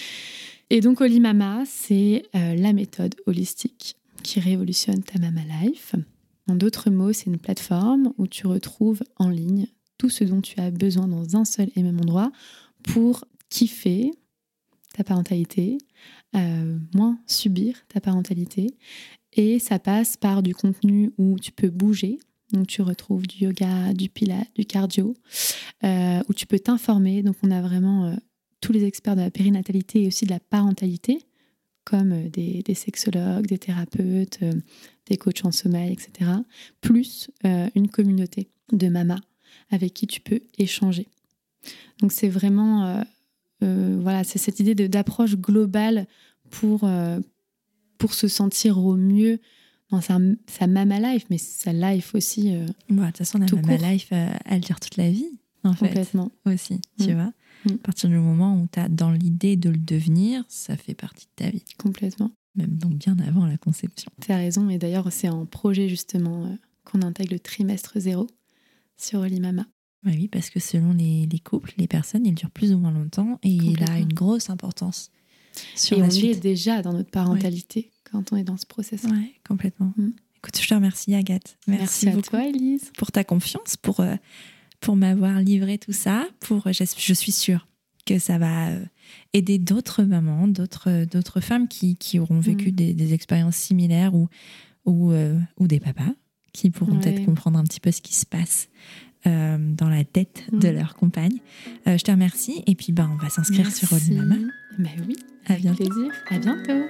Et donc, Oli Mama, c'est euh, la méthode holistique qui révolutionne ta Mama Life. En d'autres mots, c'est une plateforme où tu retrouves en ligne tout ce dont tu as besoin dans un seul et même endroit pour kiffer ta parentalité, euh, moins subir ta parentalité. Et ça passe par du contenu où tu peux bouger. Donc, tu retrouves du yoga, du pilates, du cardio, euh, où tu peux t'informer. Donc, on a vraiment... Euh, tous les experts de la périnatalité et aussi de la parentalité, comme des, des sexologues, des thérapeutes, euh, des coachs en sommeil, et cetera, plus euh, une communauté de mamas avec qui tu peux échanger. Donc c'est vraiment, euh, euh, voilà, c'est cette idée de, d'approche globale pour, euh, pour se sentir au mieux dans sa, sa mama life, mais sa life aussi. Euh, bon, de toute façon, la mama court. life, euh, elle dure toute la vie, en Complètement. fait. Aussi, mmh. tu vois. À partir du moment où tu as dans l'idée de le devenir, ça fait partie de ta vie. Complètement. Même donc bien avant la conception. Tu as raison, et d'ailleurs c'est un projet justement euh, qu'on intègre le trimestre zéro sur Oli Mama. Bah oui, parce que selon les, les couples, les personnes, ils durent plus ou moins longtemps et il a une grosse importance sur et la on suite. est déjà dans notre parentalité ouais. quand on est dans ce processus. Oui, complètement. Mm. Écoute, je te remercie Agathe. Merci, Merci beaucoup à toi Élise. Pour ta confiance, pour... Euh, pour m'avoir livré tout ça. Pour, je, je suis sûre que ça va aider d'autres mamans, d'autres, d'autres femmes qui, qui auront vécu mmh. des, des expériences similaires ou, ou, euh, ou des papas qui pourront ouais. peut-être comprendre un petit peu ce qui se passe euh, dans la tête mmh. de leur compagne. Euh, je te remercie et puis ben, on va s'inscrire Merci. Sur Oli Mama. Ben oui, à avec bientôt. plaisir. À bientôt.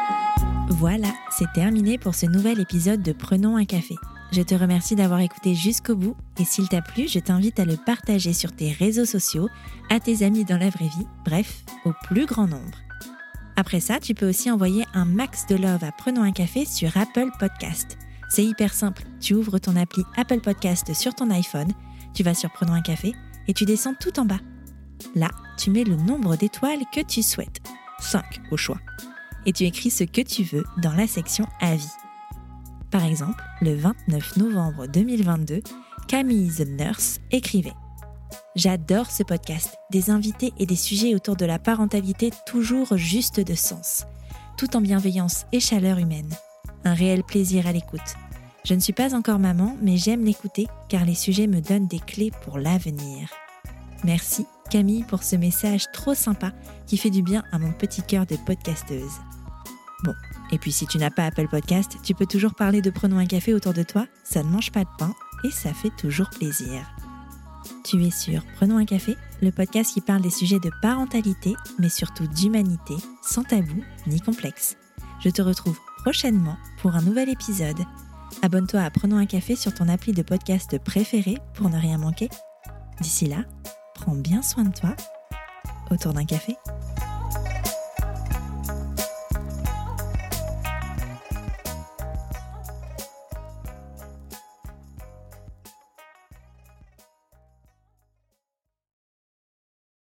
Voilà, c'est terminé pour ce nouvel épisode de Prenons un café. Je te remercie d'avoir écouté jusqu'au bout et s'il t'a plu, je t'invite à le partager sur tes réseaux sociaux, à tes amis dans la vraie vie, bref, au plus grand nombre. Après ça, tu peux aussi envoyer un max de love à Prenons un café sur Apple Podcast. C'est hyper simple, tu ouvres ton appli Apple Podcast sur ton iPhone, tu vas sur Prenons un café et tu descends tout en bas. Là, tu mets le nombre d'étoiles que tu souhaites, cinq au choix, et tu écris ce que tu veux dans la section Avis. Par exemple, le vingt-neuf novembre deux mille vingt-deux, Camille The Nurse écrivait « J'adore ce podcast, des invités et des sujets autour de la parentalité toujours juste de sens, tout en bienveillance et chaleur humaine. Un réel plaisir à l'écoute. Je ne suis pas encore maman, mais j'aime l'écouter car les sujets me donnent des clés pour l'avenir. Merci Camille pour ce message trop sympa qui fait du bien à mon petit cœur de podcasteuse. Bon. Et puis si tu n'as pas Apple Podcast, tu peux toujours parler de Prenons un café autour de toi, ça ne mange pas de pain et ça fait toujours plaisir. Tu es sur Prenons un café, le podcast qui parle des sujets de parentalité, mais surtout d'humanité, sans tabou ni complexe. Je te retrouve prochainement pour un nouvel épisode. Abonne-toi à Prenons un café sur ton appli de podcast préféré pour ne rien manquer. D'ici là, prends bien soin de toi autour d'un café.